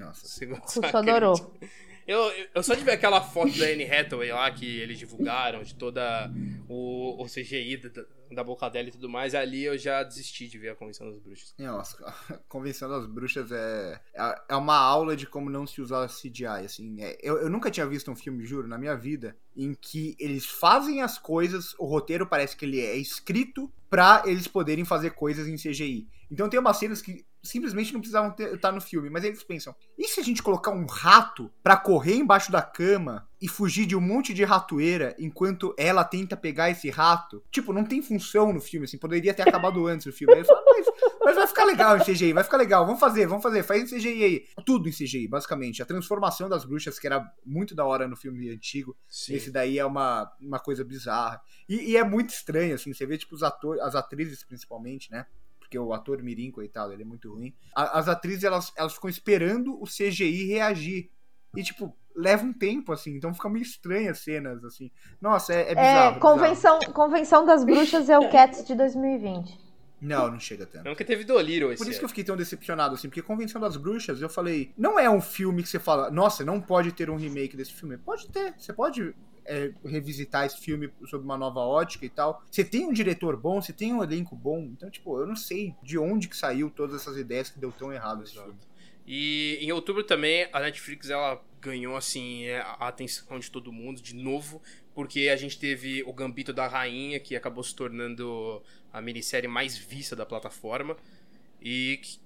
adorou. Eu só de ver aquela foto da Anne Hathaway lá que eles divulgaram, de toda o CGI da boca dela e tudo mais, ali eu já desisti de ver a Convenção das Bruxas. Nossa, a Convenção das Bruxas é uma aula de como não se usar CGI, assim. Eu nunca tinha visto um filme, juro, na minha vida, em que eles fazem as coisas, o roteiro parece que ele é escrito pra eles poderem fazer coisas em CGI. Então tem umas cenas que simplesmente não precisavam estar no filme, mas eles pensam, e se a gente colocar um rato pra correr embaixo da cama e fugir de um monte de ratoeira enquanto ela tenta pegar esse rato? Tipo, não tem função no filme, assim, poderia ter acabado antes do filme. Aí eles falam, mas vai ficar legal em CGI, vai ficar legal, vamos fazer, faz em CGI aí. Tudo em CGI, basicamente. A transformação das bruxas, que era muito da hora no filme antigo, Sim. Esse daí é uma coisa bizarra. E é muito estranho, assim, você vê, tipo, as atrizes, principalmente, né? Porque o ator mirim, coitado, ele é muito ruim. As atrizes, elas ficam esperando o CGI reagir. E, tipo, leva um tempo, assim. Então fica meio estranho as cenas, assim. Nossa, é bizarro. Convenção das Bruxas é o Cats de 2020. Não chega tanto. Nunca teve Dolittle esse Por isso que eu fiquei tão decepcionado, assim. Porque Convenção das Bruxas, eu falei... Não é um filme que você fala... Nossa, não pode ter um remake desse filme. Pode ter. Você pode... revisitar esse filme sob uma nova ótica e tal. Você tem um diretor bom, você tem um elenco bom, então, tipo, eu não sei de onde que saiu todas essas ideias que deu tão errado esse filme. E em outubro também, a Netflix, ela ganhou, assim, a atenção de todo mundo, de novo, porque a gente teve o Gambito da Rainha, que acabou se tornando a minissérie mais vista da plataforma. E que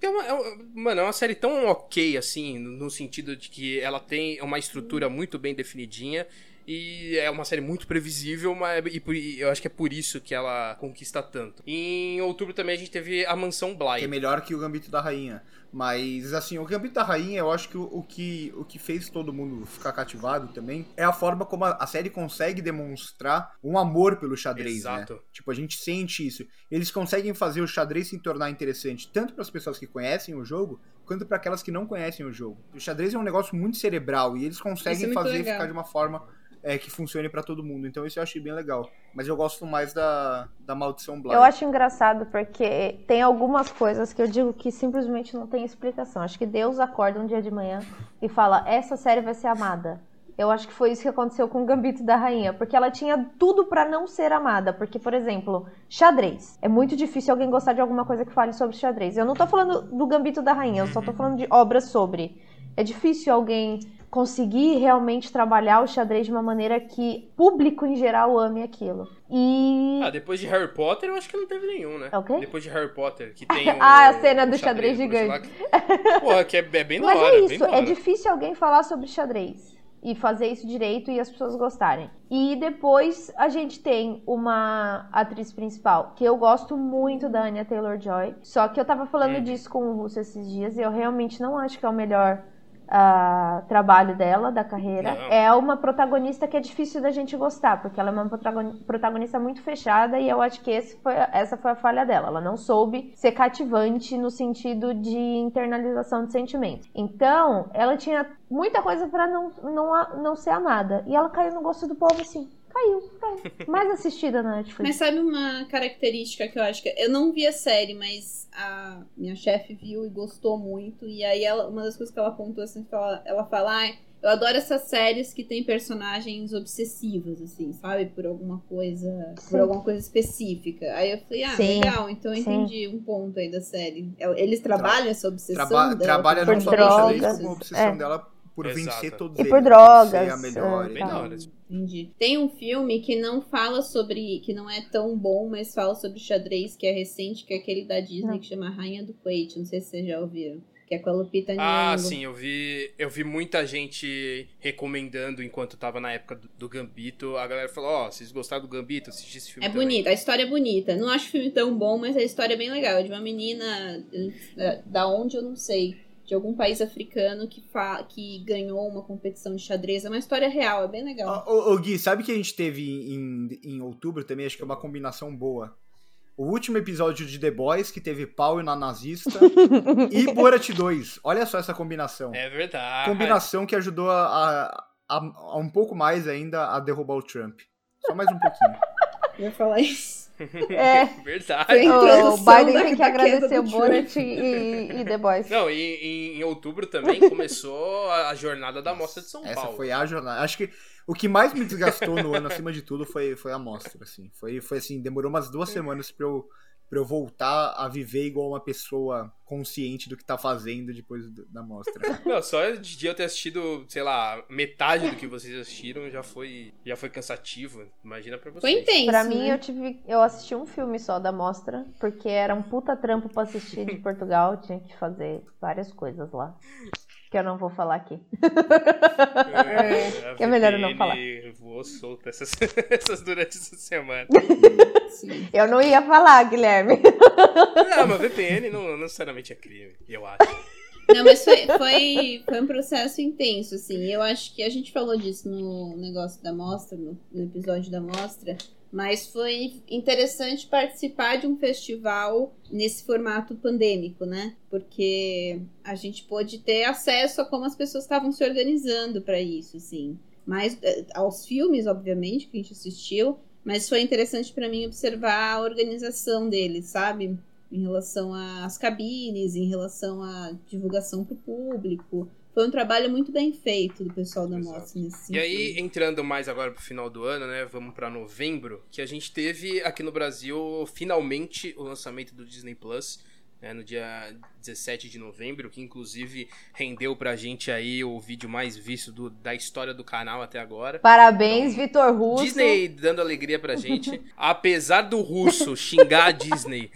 é uma série tão ok, assim, no sentido de que ela tem uma estrutura muito bem definidinha. E é uma série muito previsível, e eu acho que é por isso que ela conquista tanto. E em outubro também a gente teve A Mansão Bly. Que é melhor que o Gambito da Rainha. Mas, assim, o Gambito da Rainha, eu acho que o que fez todo mundo ficar cativado também é a forma como a série consegue demonstrar um amor pelo xadrez, Exato. Né? Tipo, a gente sente isso. Eles conseguem fazer o xadrez se tornar interessante tanto para as pessoas que conhecem o jogo, quanto para aquelas que não conhecem o jogo. O xadrez é um negócio muito cerebral e eles conseguem fazer ficar de uma forma... que funcione pra todo mundo. Então isso eu achei bem legal. Mas eu gosto mais da Maldição Bly. Eu acho engraçado porque tem algumas coisas que eu digo que simplesmente não tem explicação. Acho que Deus acorda um dia de manhã e fala, essa série vai ser amada. Eu acho que foi isso que aconteceu com o Gambito da Rainha, porque ela tinha tudo pra não ser amada. Porque, por exemplo, xadrez. É muito difícil alguém gostar de alguma coisa que fale sobre xadrez. Eu não tô falando do Gambito da Rainha, eu só tô falando de obras sobre. É difícil alguém conseguir realmente trabalhar o xadrez de uma maneira que público em geral ame aquilo. E... depois de Harry Potter, eu acho que não teve nenhum, né? É o quê? Depois de Harry Potter, que tem a cena do xadrez gigante. Porra, que é bem da hora. Mas é isso, é difícil alguém falar sobre xadrez e fazer isso direito e as pessoas gostarem. E depois a gente tem uma atriz principal, que eu gosto muito da Anya Taylor-Joy, só que eu tava falando disso com o Russo esses dias e eu realmente não acho que é o melhor trabalho dela, da carreira. Não. É uma protagonista que é difícil da gente gostar, porque ela é uma protagonista muito fechada, e eu acho que essa foi a falha dela. Ela não soube ser cativante no sentido de internalização de sentimentos. Então, ela tinha muita coisa pra não ser amada, e ela caiu no gosto do povo, assim. Caiu. Mais assistida na Netflix. Mas sabe uma característica que eu acho que... Eu não vi a série, mas a minha chefe viu e gostou muito. E aí, uma das coisas que ela apontou, assim, ela fala... eu adoro essas séries que tem personagens obsessivas, assim, sabe? Por alguma coisa específica. Aí eu falei, legal. Então eu entendi um ponto aí da série. Eles trabalham essa obsessão dela? Trabalha não só como a obsessão dela por vencer todos eles. E por drogas. Ser a melhor. Entendi. Tem um filme que não fala sobre... Que não é tão bom, mas fala sobre xadrez, que é recente, que é aquele da Disney, que chama Rainha do Kuwait. Não sei se vocês já ouviram. Que é com a Lupita Nyong'o. Sim, eu vi muita gente recomendando enquanto tava na época do Gambito. A galera falou, vocês gostaram do Gambito? Assisti esse filme também. Bonito, a história é bonita. Não acho o filme tão bom, mas a história é bem legal. É de uma menina, da onde eu não sei, de algum país africano que ganhou uma competição de xadrez. É uma história real, é bem legal. Gui, sabe que a gente teve em outubro também? Acho que é uma combinação boa. O último episódio de The Boys, que teve pau na nazista, e Borat 2. Olha só essa combinação. É verdade. Combinação que ajudou a um pouco mais ainda a derrubar o Trump. Só mais um pouquinho. Eu ia falar isso. É verdade. O Biden tem que agradecer o Borat e The Boys. Não, e em outubro também começou a jornada da Mostra de São Paulo. Essa foi a jornada. Acho que o que mais me desgastou no ano, acima de tudo, foi a mostra, assim. Foi assim, demorou umas 2 semanas pra eu voltar a viver igual uma pessoa consciente do que tá fazendo depois da mostra. Não, só de eu ter assistido, sei lá, metade do que vocês assistiram já foi cansativo. Imagina pra vocês. Foi intenso, pra mim, eu assisti um filme só da mostra, porque era um puta trampo pra assistir de Portugal, tinha que fazer várias coisas lá. Que eu não vou falar aqui. Que é melhor eu não falar. Vou soltar essas durante essa semana. Sim. Eu não ia falar, Guilherme. Não, mas VPN não necessariamente é crime, eu acho. Não, mas foi um processo intenso, assim. Eu acho que a gente falou disso no negócio da mostra, no episódio da mostra. Mas foi interessante participar de um festival nesse formato pandêmico, né? Porque a gente pôde ter acesso a como as pessoas estavam se organizando para isso, assim. Mas aos filmes, obviamente, que a gente assistiu. Mas foi interessante para mim observar a organização deles, sabe? Em relação às cabines, em relação à divulgação para o público. Foi um trabalho muito bem feito do pessoal da mostra nesse sentido. E aí, entrando mais agora pro final do ano, né? Vamos pra novembro, que a gente teve aqui no Brasil, finalmente, o lançamento do Disney Plus, né, no dia 17 de novembro, que inclusive rendeu pra gente aí o vídeo mais visto da história do canal até agora. Parabéns, então, Vitor Russo. Disney dando alegria pra gente. Apesar do Russo xingar a Disney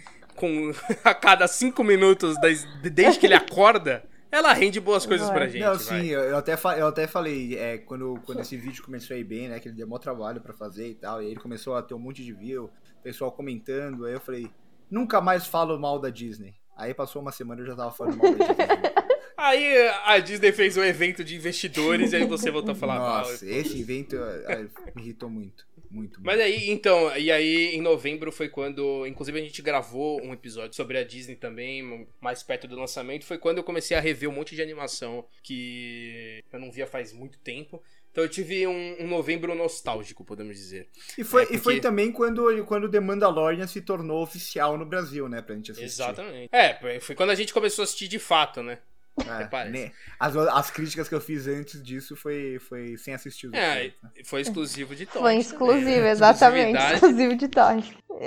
a cada 5 minutos desde que ele acorda, ela rende boas coisas pra gente. Não, sim, eu até falei, quando esse vídeo começou a ir bem, né, que ele deu maior trabalho pra fazer e tal, e aí ele começou a ter um monte de view, pessoal comentando, aí eu falei, nunca mais falo mal da Disney. Aí passou uma semana e eu já tava falando mal da Disney. Aí a Disney fez um evento de investidores e aí você voltou a falar mal. Nossa, esse evento me irritou muito. Muito. Mas aí, então, e aí em novembro foi quando, inclusive a gente gravou um episódio sobre a Disney também, mais perto do lançamento, foi quando eu comecei a rever um monte de animação que eu não via faz muito tempo. Então eu tive um novembro nostálgico, podemos dizer. E foi também quando The Mandalorian se tornou oficial no Brasil, né, pra gente assistir. Exatamente. Foi quando a gente começou a assistir de fato, né? Né? As críticas que eu fiz antes disso foi sem assistir. Foi exclusivo de Toy. Foi exclusivo, exatamente. Exclusivo de Toy.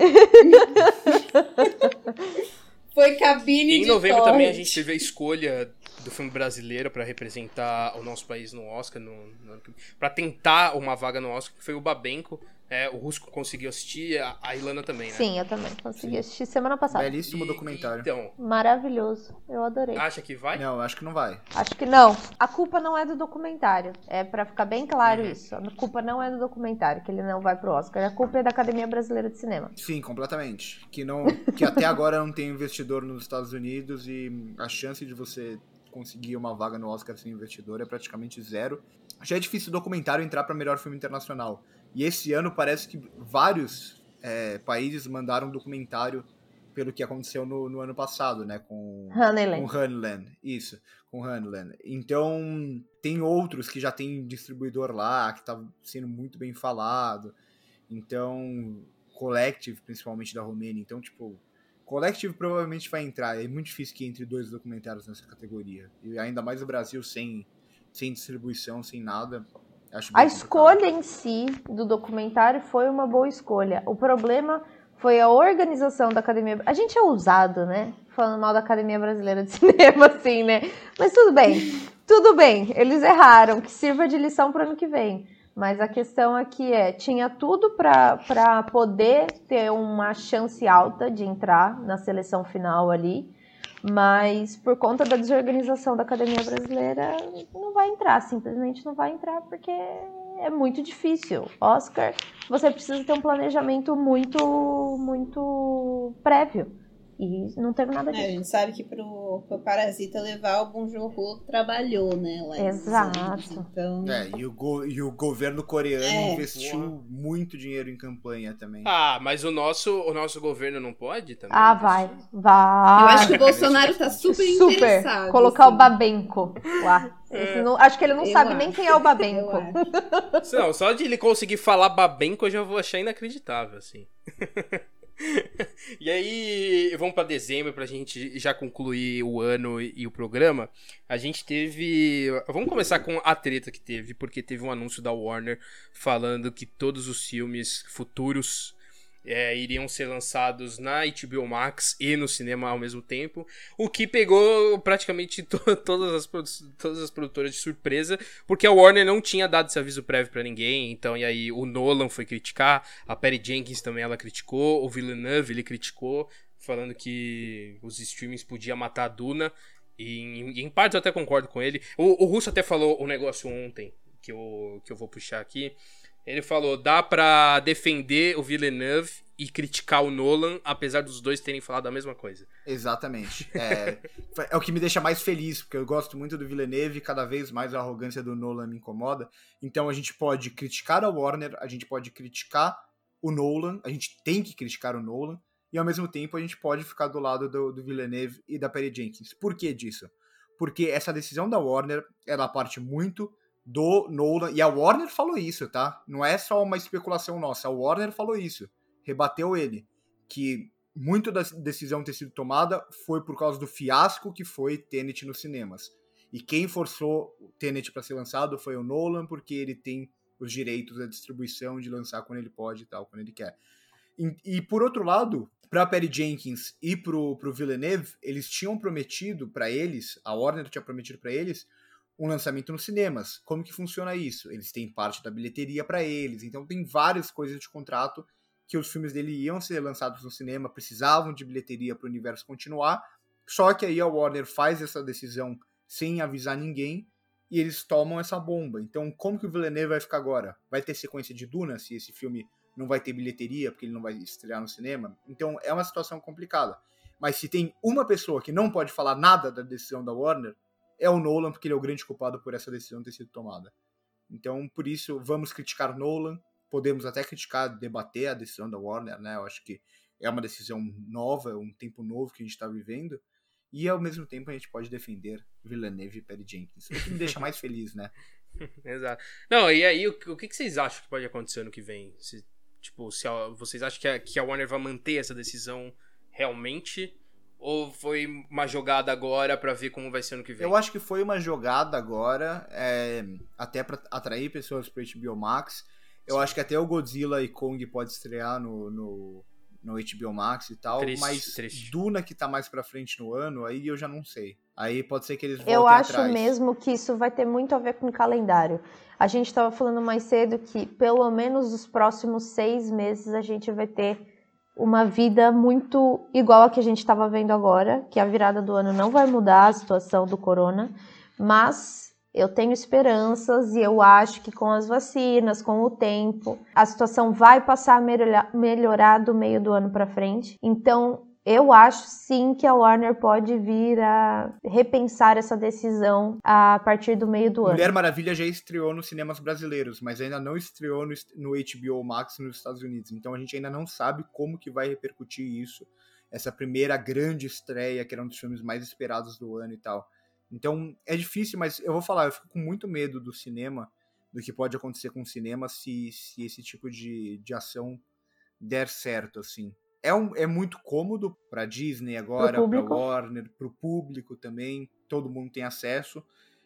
Foi cabine de Toy. Em novembro também a gente teve a escolha do filme brasileiro pra representar o nosso país no Oscar, pra tentar uma vaga no Oscar, que foi o Babenco. O Rusco conseguiu assistir, a Ilana também, né? Sim, eu também consegui assistir semana passada. Belíssimo documentário. Então, maravilhoso, eu adorei. Acha que vai? Não, acho que não vai. Acho que não. A culpa não é do documentário. É pra ficar bem claro isso. A culpa não é do documentário, que ele não vai pro Oscar. A culpa é da Academia Brasileira de Cinema. Sim, completamente. Que até agora não tem investidor nos Estados Unidos e a chance de você conseguir uma vaga no Oscar sem investidor é praticamente zero. Já é difícil o documentário entrar para melhor filme internacional. E esse ano parece que vários países mandaram um documentário pelo que aconteceu no ano passado, né? Com Honeyland. Isso, com Honeyland. Então, tem outros que já tem distribuidor lá, que tá sendo muito bem falado. Então, Collective, principalmente da Romênia. Então, tipo, Collective provavelmente vai entrar. É muito difícil que entre 2 documentários nessa categoria. E ainda mais o Brasil sem distribuição, sem nada. Acho bem a escolha em si do documentário foi uma boa escolha. O problema foi a organização da Academia... A gente é ousado, né? Falando mal da Academia Brasileira de Cinema, assim, né? Mas tudo bem. Eles erraram, que sirva de lição para o ano que vem. Mas a questão aqui tinha tudo para poder ter uma chance alta de entrar na seleção final ali, mas por conta da desorganização da Academia Brasileira, não vai entrar, simplesmente não vai entrar, porque é muito difícil. Oscar, você precisa ter um planejamento muito, muito prévio. E não teve nada disso. A gente sabe que pro Parasita levar o Bong Joon-ho trabalhou, né? Lá Exato. Então... e o governo coreano investiu muito dinheiro em campanha também. Mas o nosso governo não pode também? Vai. Eu acho que o Bolsonaro tá super interessado. Colocar o Babenco lá. Acho que ele não sabe nem quem é o Babenco. Não, só de ele conseguir falar Babenco eu já vou achar inacreditável, assim. E aí, vamos pra dezembro pra gente já concluir o ano e o programa. A gente teve... Vamos começar com a treta que teve, porque teve um anúncio da Warner falando que todos os filmes futuros iriam ser lançados na HBO Max e no cinema ao mesmo tempo, o que pegou praticamente todas as produtoras de surpresa, porque a Warner não tinha dado esse aviso prévio pra ninguém. Então, e aí o Nolan foi criticar, a Patty Jenkins também ela criticou, o Villeneuve ele criticou, falando que os streamings podiam matar a Duna, e em parte eu até concordo com ele. O Russo até falou um negócio ontem, que eu vou puxar aqui. Ele falou, dá pra defender o Villeneuve e criticar o Nolan, apesar dos dois terem falado a mesma coisa. Exatamente. É o que me deixa mais feliz, porque eu gosto muito do Villeneuve e cada vez mais a arrogância do Nolan me incomoda. Então a gente pode criticar a Warner, a gente pode criticar o Nolan, a gente tem que criticar o Nolan, e ao mesmo tempo a gente pode ficar do lado do Villeneuve e da Patty Jenkins. Por que disso? Porque essa decisão da Warner, ela parte muito do Nolan, e a Warner falou isso, tá? Não é só uma especulação nossa, a Warner falou isso, rebateu ele, que muito da decisão ter sido tomada foi por causa do fiasco que foi Tenet nos cinemas. E quem forçou o Tenet para ser lançado foi o Nolan, porque ele tem os direitos da distribuição de lançar quando ele pode e tal, quando ele quer. E por outro lado, para Patty Jenkins e pro Villeneuve, eles tinham prometido para eles, a Warner tinha prometido para eles, um lançamento nos cinemas. Como que funciona isso? Eles têm parte da bilheteria para eles, então tem várias coisas de contrato que os filmes dele iam ser lançados no cinema, precisavam de bilheteria para o universo continuar, só que aí a Warner faz essa decisão sem avisar ninguém e eles tomam essa bomba. Então como que o Villeneuve vai ficar agora? Vai ter sequência de Duna se esse filme não vai ter bilheteria porque ele não vai estrear no cinema? Então é uma situação complicada. Mas se tem uma pessoa que não pode falar nada da decisão da Warner, é o Nolan, porque ele é o grande culpado por essa decisão ter sido tomada. Então, por isso, vamos criticar Nolan, podemos até criticar, debater a decisão da Warner, né? Eu acho que é uma decisão nova, um tempo novo que a gente está vivendo, e ao mesmo tempo a gente pode defender Villeneuve e Patty Jenkins, o que me deixa mais feliz, né? Exato. Não, e aí, o que vocês acham que pode acontecer ano que vem? Se vocês acham que a Warner vai manter essa decisão realmente? Ou foi uma jogada agora pra ver como vai ser ano que vem? Eu acho que foi uma jogada agora, até pra atrair pessoas pro HBO Max. Eu acho que até o Godzilla e Kong pode estrear no HBO Max e tal, triste. Duna que tá mais pra frente no ano, aí eu já não sei. Aí pode ser que eles voltem atrás. Eu acho mesmo que isso vai ter muito a ver com o calendário. A gente tava falando mais cedo que pelo menos nos próximos 6 meses a gente vai ter uma vida muito igual a que a gente estava vendo agora, que a virada do ano não vai mudar a situação do corona, mas eu tenho esperanças e eu acho que com as vacinas, com o tempo, a situação vai passar a melhorar do meio do ano para frente. Então, Eu acho sim que a Warner pode vir a repensar essa decisão a partir do meio do ano. Mulher Maravilha já estreou nos cinemas brasileiros, mas ainda não estreou no HBO Max nos Estados Unidos. Então a gente ainda não sabe como que vai repercutir isso. Essa primeira grande estreia, que era um dos filmes mais esperados do ano e tal. Então é difícil, mas eu vou falar, eu fico com muito medo do cinema, do que pode acontecer com o cinema se esse tipo de ação der certo, assim. É muito cômodo pra Disney agora, pra Warner, pro público também, todo mundo tem acesso,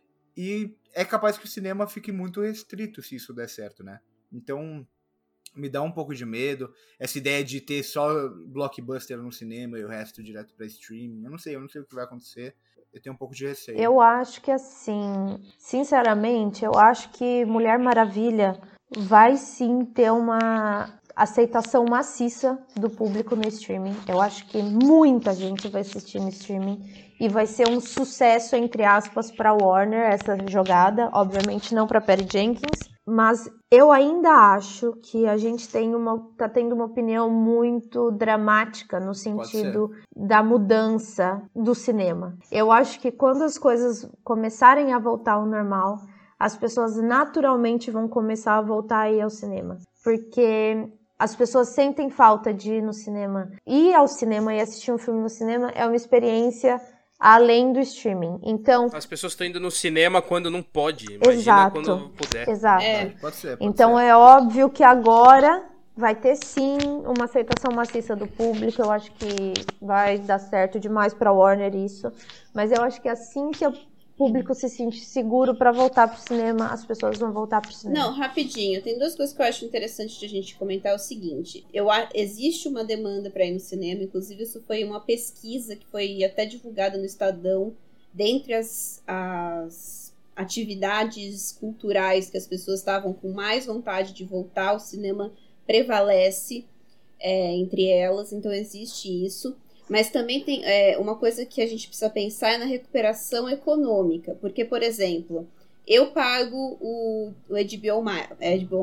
e é capaz que o cinema fique muito restrito se isso der certo, né? Então, me dá um pouco de medo, essa ideia de ter só blockbuster no cinema e o resto direto pra streaming, eu não sei o que vai acontecer, eu tenho um pouco de receio. Eu acho que assim, sinceramente, eu acho que Mulher Maravilha vai sim ter uma aceitação maciça do público no streaming. Eu acho que muita gente vai assistir no streaming e vai ser um sucesso, entre aspas, para Warner essa jogada. Obviamente não para Patty Jenkins, mas eu ainda acho que a gente tá tendo uma opinião muito dramática no sentido da mudança do cinema. Eu acho que quando as coisas começarem a voltar ao normal, as pessoas naturalmente vão começar a voltar a ir ao cinema. Porque as pessoas sentem falta de ir no cinema. Ir ao cinema e assistir um filme no cinema é uma experiência além do streaming. Então, as pessoas estão indo no cinema quando não pode. Imagina quando puder. Exato. Pode ser. Então é óbvio que agora vai ter sim uma aceitação maciça do público. Eu acho que vai dar certo demais para Warner isso. Mas eu acho que assim que o público se sente seguro para voltar pro cinema, as pessoas vão voltar pro cinema. Não, rapidinho. Tem duas coisas que eu acho interessante de a gente comentar. É o seguinte. Existe uma demanda para ir no cinema. Inclusive, isso foi uma pesquisa que foi até divulgada no Estadão. Dentre as atividades culturais que as pessoas estavam com mais vontade de voltar, o cinema prevalece entre elas. Então, existe isso. Mas também tem uma coisa que a gente precisa pensar é na recuperação econômica. Porque, por exemplo, eu pago o HBO Max,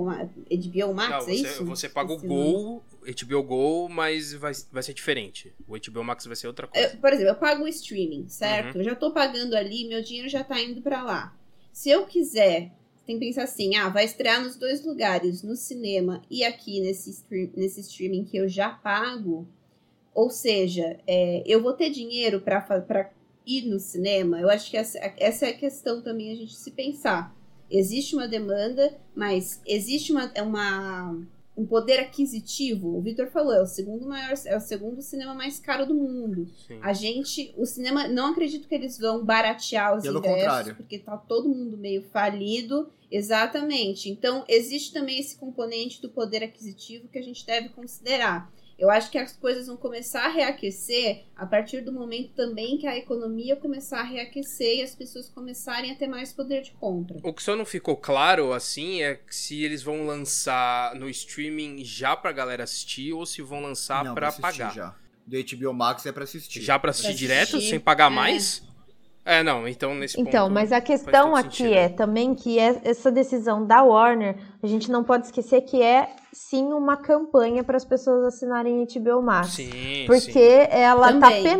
não, é isso? Você paga o Go, HBO Go, mas vai ser diferente. O HBO Max vai ser outra coisa. Por exemplo, eu pago o streaming, certo? Uhum. Eu já tô pagando ali, meu dinheiro já tá indo pra lá. Se eu quiser, tem que pensar assim, vai estrear nos dois lugares, no cinema e aqui nesse streaming que eu já pago. Ou seja, eu vou ter dinheiro para ir no cinema? Eu acho que essa é a questão também a gente se pensar. Existe uma demanda, mas existe um poder aquisitivo. O Victor falou, é o segundo cinema mais caro do mundo. Sim. O cinema, não acredito que eles vão baratear os ingressos, porque tá todo mundo meio falido. Exatamente. Então, existe também esse componente do poder aquisitivo que a gente deve considerar. Eu acho que as coisas vão começar a reaquecer a partir do momento também que a economia começar a reaquecer e as pessoas começarem a ter mais poder de compra. O que só não ficou claro, assim, é se eles vão lançar no streaming já pra galera assistir ou se vão lançar pra pagar. Já. Do HBO Max é pra assistir. Já pra assistir direto, sem pagar mais? Não, então nesse ponto... Então, mas a questão aqui é também que essa decisão da Warner, a gente não pode esquecer que é sim uma campanha para as pessoas assinarem HBO Max. Sim, porque ela também tá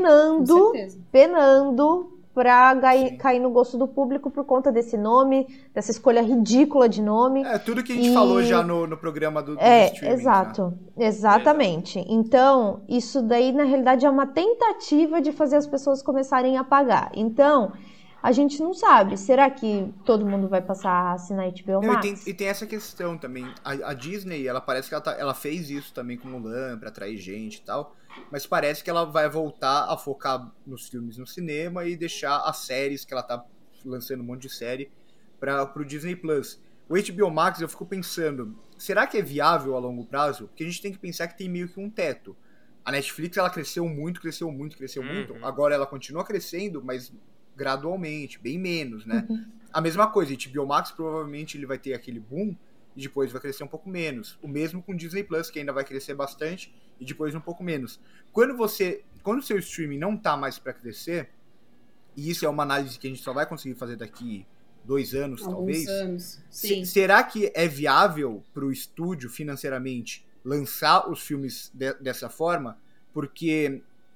penando pra cair no gosto do público por conta desse nome, dessa escolha ridícula de nome. Tudo que a gente falou já no programa do streaming. Exato, exatamente. Então, isso daí, na realidade, é uma tentativa de fazer as pessoas começarem a pagar. Então, a gente não sabe. Será que todo mundo vai passar a assinar HBO Max? E tem essa questão também. A Disney, ela parece que ela fez isso também com Mulan, pra atrair gente e tal. Mas parece que ela vai voltar a focar nos filmes no cinema e deixar as séries, que ela tá lançando um monte de série, pro Disney Plus. O HBO Max, eu fico pensando, será que é viável a longo prazo? Porque a gente tem que pensar que tem meio que um teto. A Netflix, ela cresceu muito. Agora ela continua crescendo, mas gradualmente, bem menos, né? A mesma coisa, o HBO Max provavelmente ele vai ter aquele boom e depois vai crescer um pouco menos. O mesmo com o Disney Plus, que ainda vai crescer bastante e depois um pouco menos. Quando o seu streaming não tá mais para crescer, e isso é uma análise que a gente só vai conseguir fazer daqui 2 anos, talvez. Anos. Sim. Será que é viável pro estúdio financeiramente lançar os filmes dessa forma? Porque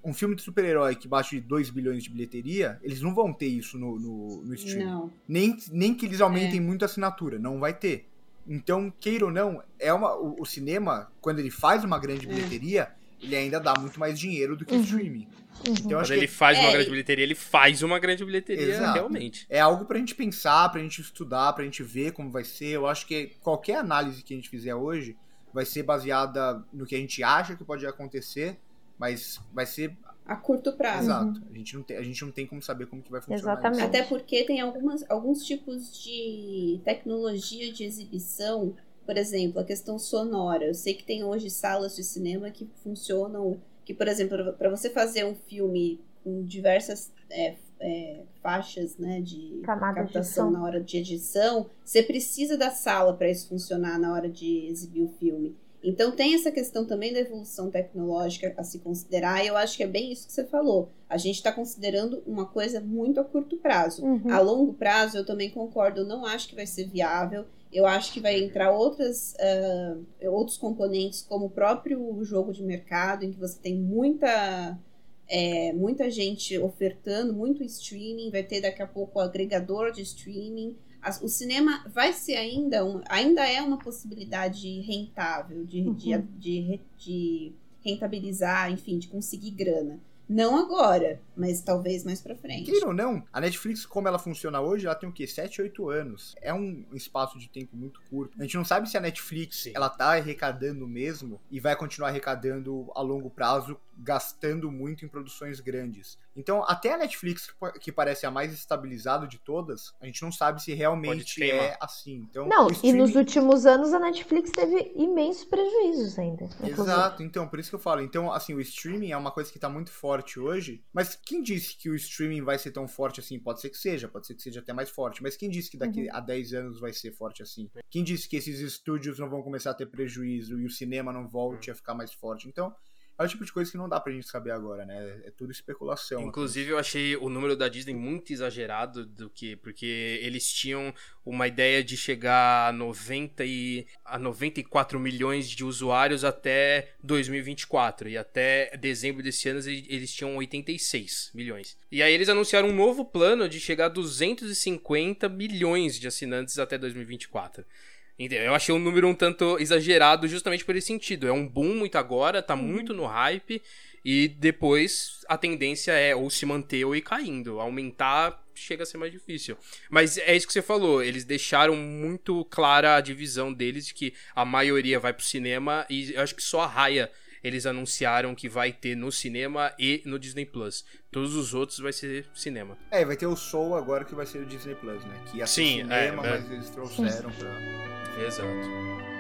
um filme de super-herói que bate 2 bilhões de bilheteria, eles não vão ter isso no streaming. Não. Nem que eles aumentem muito a assinatura, não vai ter. Então, queira ou não, o cinema, quando ele faz uma grande bilheteria, ele ainda dá muito mais dinheiro do que o streaming. Então, quando ele faz uma grande bilheteria, ele faz uma grande bilheteria. Exato. Realmente. É algo pra gente pensar, pra gente estudar, pra gente ver como vai ser. Eu acho que qualquer análise que a gente fizer hoje vai ser baseada no que a gente acha que pode acontecer, mas vai ser a curto prazo. Exato. A gente não tem como saber como que vai funcionar. Exatamente. Isso. Até porque tem alguns tipos de tecnologia de exibição, por exemplo, a questão sonora. Eu sei que tem hoje salas de cinema que funcionam, que, por exemplo, para você fazer um filme com diversas faixas, né, de captação na hora de edição, você precisa da sala para isso funcionar na hora de exibir o filme. Então tem essa questão também da evolução tecnológica a se considerar, e eu acho que é bem isso que você falou. A gente está considerando uma coisa muito a curto prazo. A longo prazo, eu também concordo, eu não acho que vai ser viável. Eu acho que vai entrar outros componentes, como o próprio jogo de mercado, em que você tem muita gente ofertando, muito streaming, vai ter daqui a pouco o agregador de streaming. O cinema vai ser ainda é uma possibilidade rentável de rentabilizar, enfim, de conseguir grana. Não agora, mas talvez mais pra frente. Queira ou não, a Netflix, como ela funciona hoje, ela tem o quê? 7, 8 anos. É um espaço de tempo muito curto. A gente não sabe se a Netflix, ela tá arrecadando mesmo e vai continuar arrecadando a longo prazo, gastando muito em produções grandes. Então, até a Netflix, que parece a mais estabilizada de todas, a gente não sabe se realmente é assim. Então, não, e nos últimos anos a Netflix teve imensos prejuízos ainda. Exato, então, por isso que eu falo. Então, assim, o streaming é uma coisa que tá muito forte hoje, mas quem disse que o streaming vai ser tão forte assim? Pode ser que seja até mais forte, mas quem disse que daqui a 10 anos vai ser forte assim? Quem disse que esses estúdios não vão começar a ter prejuízo e o cinema não volte a ficar mais forte? Então, é o tipo de coisa que não dá pra gente saber agora, né? É tudo especulação. Inclusive, eu achei o número da Disney muito exagerado porque eles tinham uma ideia de chegar a 94 milhões de usuários até 2024. E até dezembro desse ano eles tinham 86 milhões. E aí eles anunciaram um novo plano de chegar a 250 milhões de assinantes até 2024. Eu achei um número um tanto exagerado justamente por esse sentido. É um boom muito agora, tá muito no hype, e depois a tendência é ou se manter ou ir caindo. Aumentar chega a ser mais difícil. Mas é isso que você falou, eles deixaram muito clara a divisão deles, de que a maioria vai pro cinema, e eu acho que só a Raya eles anunciaram que vai ter no cinema e no Disney Plus. Todos os outros vai ser cinema. Vai ter o Soul agora que vai ser o Disney Plus, né? Que ia ser cinema, mas eles trouxeram pra... Exato.